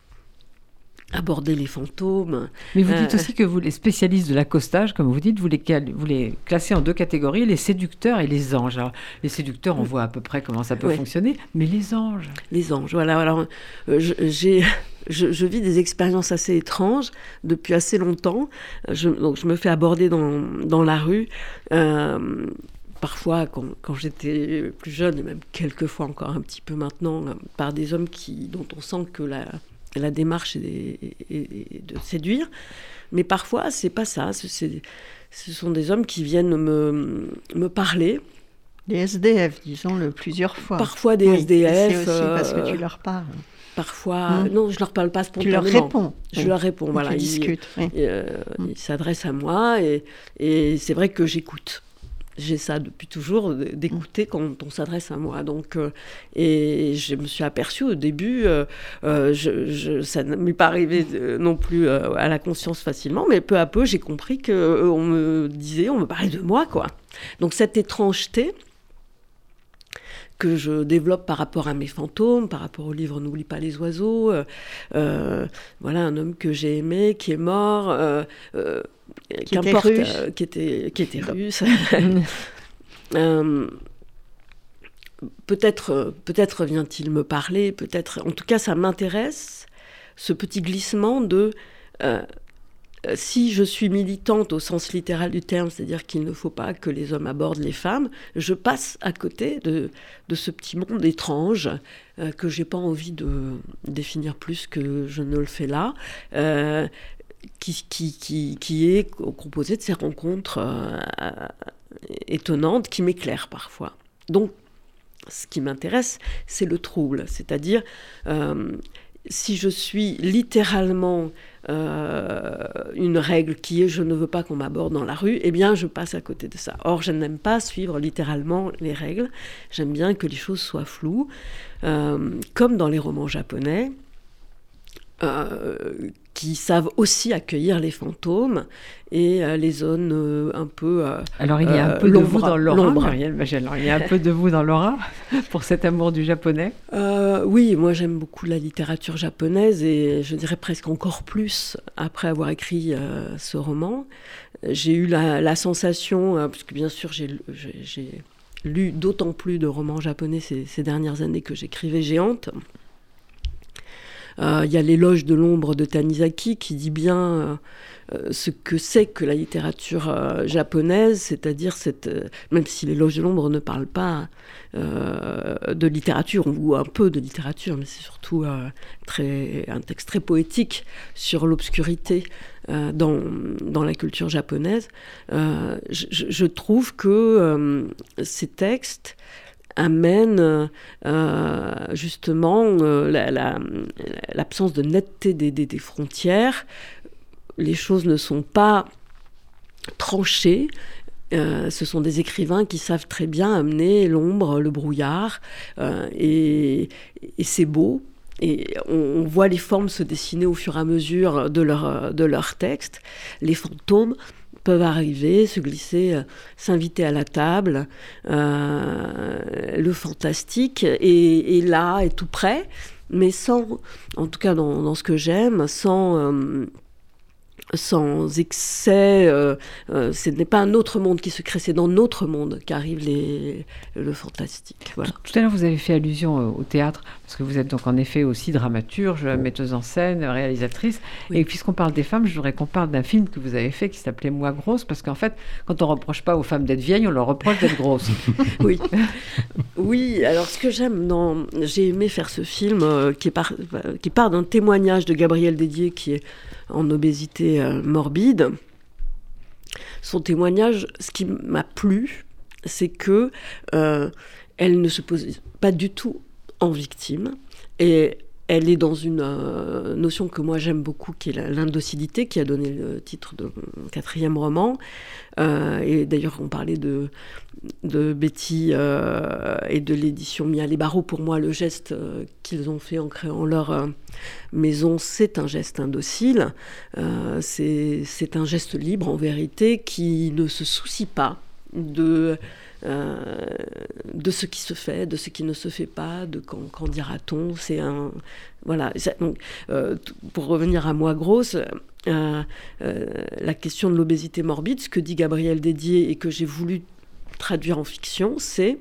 aborder les fantômes. Mais vous dites Euh, aussi que vous, les spécialistes de l'accostage, comme vous dites, vous les, cal- vous les classez en deux catégories, les séducteurs et les anges. Alors, les séducteurs, on voit à peu près comment ça peut Ouais. fonctionner, mais les anges... Les anges, voilà. Alors, euh, je, j'ai, je, je vis des expériences assez étranges depuis assez longtemps. Je, donc, je me fais aborder dans, dans la rue. Euh, parfois, quand, quand j'étais plus jeune, et même quelques fois encore un petit peu maintenant, euh, par des hommes qui, dont on sent que la, la démarche est, est- est de séduire. Mais parfois, c'est pas ça. C'est, c'est- ce sont des hommes qui viennent me, me parler. Les S D F, disons-le plusieurs fois. Parfois des Oui, S D F. C'est aussi euh, parce que tu leur parles. Parfois, Mm. non, je leur parle pas Tu spontanément. leur réponds. Je Oui. leur réponds, voilà. Tu Ils- discutes. Oui. et, euh, Mm. Ils s'adressent à moi et, et c'est vrai que j'écoute. J'ai ça depuis toujours, d- d'écouter quand on s'adresse à moi. Donc, euh, et je me suis aperçue au début, euh, euh, je, je, ça ne m'est pas arrivé euh, non plus euh, à la conscience facilement, mais peu à peu, j'ai compris qu'on me disait, on me parlait de moi, quoi. Donc cette étrangeté que je développe par rapport à mes fantômes, par rapport au livre N'oublie pas les oiseaux, euh, euh, voilà, un homme que j'ai aimé, qui est mort, euh, euh, Qui était qu'importe, russe. euh, qui était, qui était russe. Euh, peut-être, euh, peut-être vient-il me parler, peut-être, en tout cas ça m'intéresse, ce petit glissement de... euh, si je suis militante au sens littéral du terme, c'est-à-dire qu'il ne faut pas que les hommes abordent les femmes, je passe à côté de, de ce petit monde étrange euh, que j'ai pas envie de définir plus que je ne le fais là, euh, qui, qui, qui, qui est composé de ces rencontres euh, étonnantes qui m'éclairent parfois. Donc, ce qui m'intéresse, c'est le trouble, c'est-à-dire euh, si je suis littéralement euh, une règle qui est « je ne veux pas qu'on m'aborde dans la rue », eh bien je passe à côté de ça. Or, je n'aime pas suivre littéralement les règles, j'aime bien que les choses soient floues, euh, comme dans les romans japonais, euh, qui savent aussi accueillir les fantômes et euh, les zones euh, un peu euh, Alors il y a un peu euh, de vous dans l'aura, l'ombre. Muriel Magellan. Il y a un peu de vous dans l'aura pour cet amour du japonais. Euh, oui, moi j'aime beaucoup la littérature japonaise et je dirais presque encore plus après avoir écrit euh, ce roman. J'ai eu la, la sensation, euh, parce que bien sûr j'ai, j'ai, j'ai lu d'autant plus de romans japonais ces, ces dernières années que j'écrivais Géante. Il euh, y a l'éloge de l'ombre de Tanizaki qui dit bien euh, euh, ce que c'est que la littérature euh, japonaise, c'est-à-dire, cette, euh, même si l'éloge de l'ombre ne parle pas euh, de littérature, ou un peu de littérature, mais c'est surtout euh, très, un texte très poétique sur l'obscurité euh, dans, dans la culture japonaise. Euh, je, je trouve que euh, ces textes amène euh, justement euh, la, la, l'absence de netteté des, des, des frontières. Les choses ne sont pas tranchées. Euh, ce sont des écrivains qui savent très bien amener l'ombre, le brouillard, euh, et, et c'est beau. Et on, on voit les formes se dessiner au fur et à mesure de leur, de leur texte. Les fantômes peuvent arriver, se glisser, euh, s'inviter à la table. Euh, le fantastique est, est là, est tout près, mais sans, en tout cas dans, dans ce que j'aime, sans... Euh, sans excès, euh, euh, ce n'est pas un autre monde qui se crée, c'est dans notre monde qu'arrive les, le fantastique. Voilà. Tout, tout à l'heure, vous avez fait allusion euh, au théâtre, parce que vous êtes donc en effet aussi dramaturge, metteuse en scène, réalisatrice. Oui. Et puisqu'on parle des femmes, je voudrais qu'on parle d'un film que vous avez fait qui s'appelait Moi grosse, parce qu'en fait, quand on ne reproche pas aux femmes d'être vieilles, on leur reproche d'être grosses. Oui. Oui, alors ce que j'aime, dans... j'ai aimé faire ce film euh, qui, est par... qui part d'un témoignage de Gabrielle Dédier, qui est en obésité euh, morbide. Son témoignage, ce qui m'a plu, c'est que euh, elle ne se pose pas du tout en victime, et elle est dans une euh, notion que moi j'aime beaucoup, qui est l'indocidité, qui a donné le titre de mon quatrième roman. Euh, et d'ailleurs, on parlait de, de Betty euh, et de l'édition Mia Les Barreaux. Pour moi, le geste euh, qu'ils ont fait en créant leur euh, maison, c'est un geste indocile. Euh, c'est, c'est un geste libre, en vérité, qui ne se soucie pas de... Euh, de ce qui se fait, de ce qui ne se fait pas, de quand, quand dira-t-on, c'est un... Voilà. Donc, euh, pour revenir à Moi grosse, euh, euh, la question de l'obésité morbide, ce que dit Gabrielle Dédier et que j'ai voulu traduire en fiction, c'est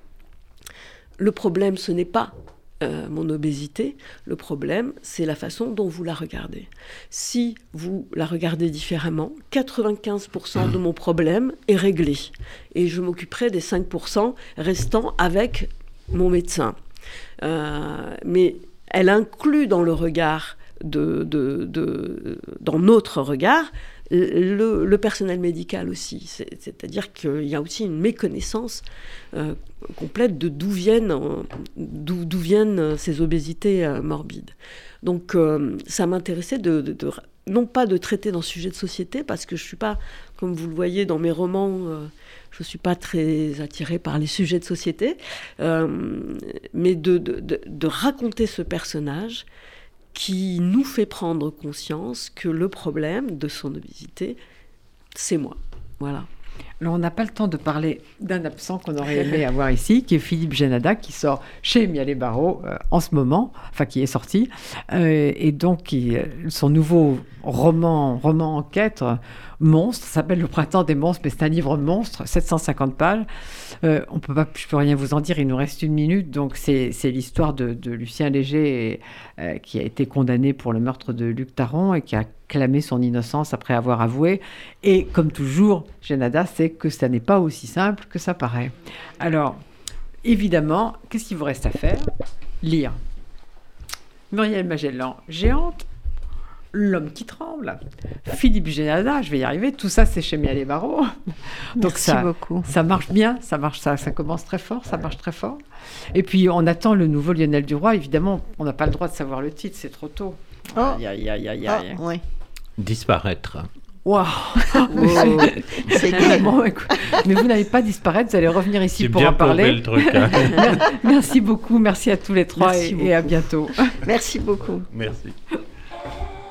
le problème, ce n'est pas Euh, mon obésité, le problème, c'est la façon dont vous la regardez. Si vous la regardez différemment, quatre-vingt-quinze pour cent de mon problème est réglé. Et je m'occuperai des cinq pour cent restants avec mon médecin. Euh, mais elle inclut dans le regard, de, de, de, dans notre regard, Le, le personnel médical aussi, c'est, c'est-à-dire qu'il y a aussi une méconnaissance euh, complète de d'où viennent, d'où, d'où viennent ces obésités euh, morbides. Donc euh, ça m'intéressait de, de, de, non pas de traiter dans ce sujet de société, parce que je ne suis pas, comme vous le voyez dans mes romans, euh, je ne suis pas très attirée par les sujets de société, euh, mais de, de, de, de raconter ce personnage qui nous fait prendre conscience que le problème de son obésité, c'est moi. Voilà. Alors, on n'a pas le temps de parler d'un absent qu'on aurait aimé avoir ici, qui est Philippe Génada, qui sort chez Mialet Barreau euh, en ce moment, enfin qui est sorti. Euh, et donc, qui, son nouveau roman, roman enquête, euh, monstre, s'appelle Le Printemps des monstres, mais c'est un livre monstre, sept cent cinquante pages. Euh, on peut pas, je ne peux rien vous en dire, il nous reste une minute. Donc, c'est, c'est l'histoire de, de Lucien Léger, et, euh, qui a été condamné pour le meurtre de Luc Taron et qui a clamé son innocence après avoir avoué. Et comme toujours, Génada sait que ça n'est pas aussi simple que ça paraît. Alors, évidemment, qu'est-ce qu'il vous reste à faire ? Lire. Muriel Magellan, Géante, L'homme qui tremble, Philippe Génada, je vais y arriver, tout ça c'est chez Mialet Barreau. Donc Merci ça, beaucoup. ça marche bien, ça marche, ça, ça commence très fort, ça marche très fort. Et puis on attend le nouveau Lionel Duroy, évidemment, on n'a pas le droit de savoir le titre, c'est trop tôt. Oh. Aïe, aïe, aïe, aïe, aïe. Ah, oui. Disparaître. Waouh. Wow. C'est Vraiment, écoute, mais vous n'allez pas disparaître, vous allez revenir ici C'est pour bien en parler. courbé, le truc, hein. Merci beaucoup, merci à tous les trois Merci et, et à beaucoup. bientôt. Merci beaucoup. Merci.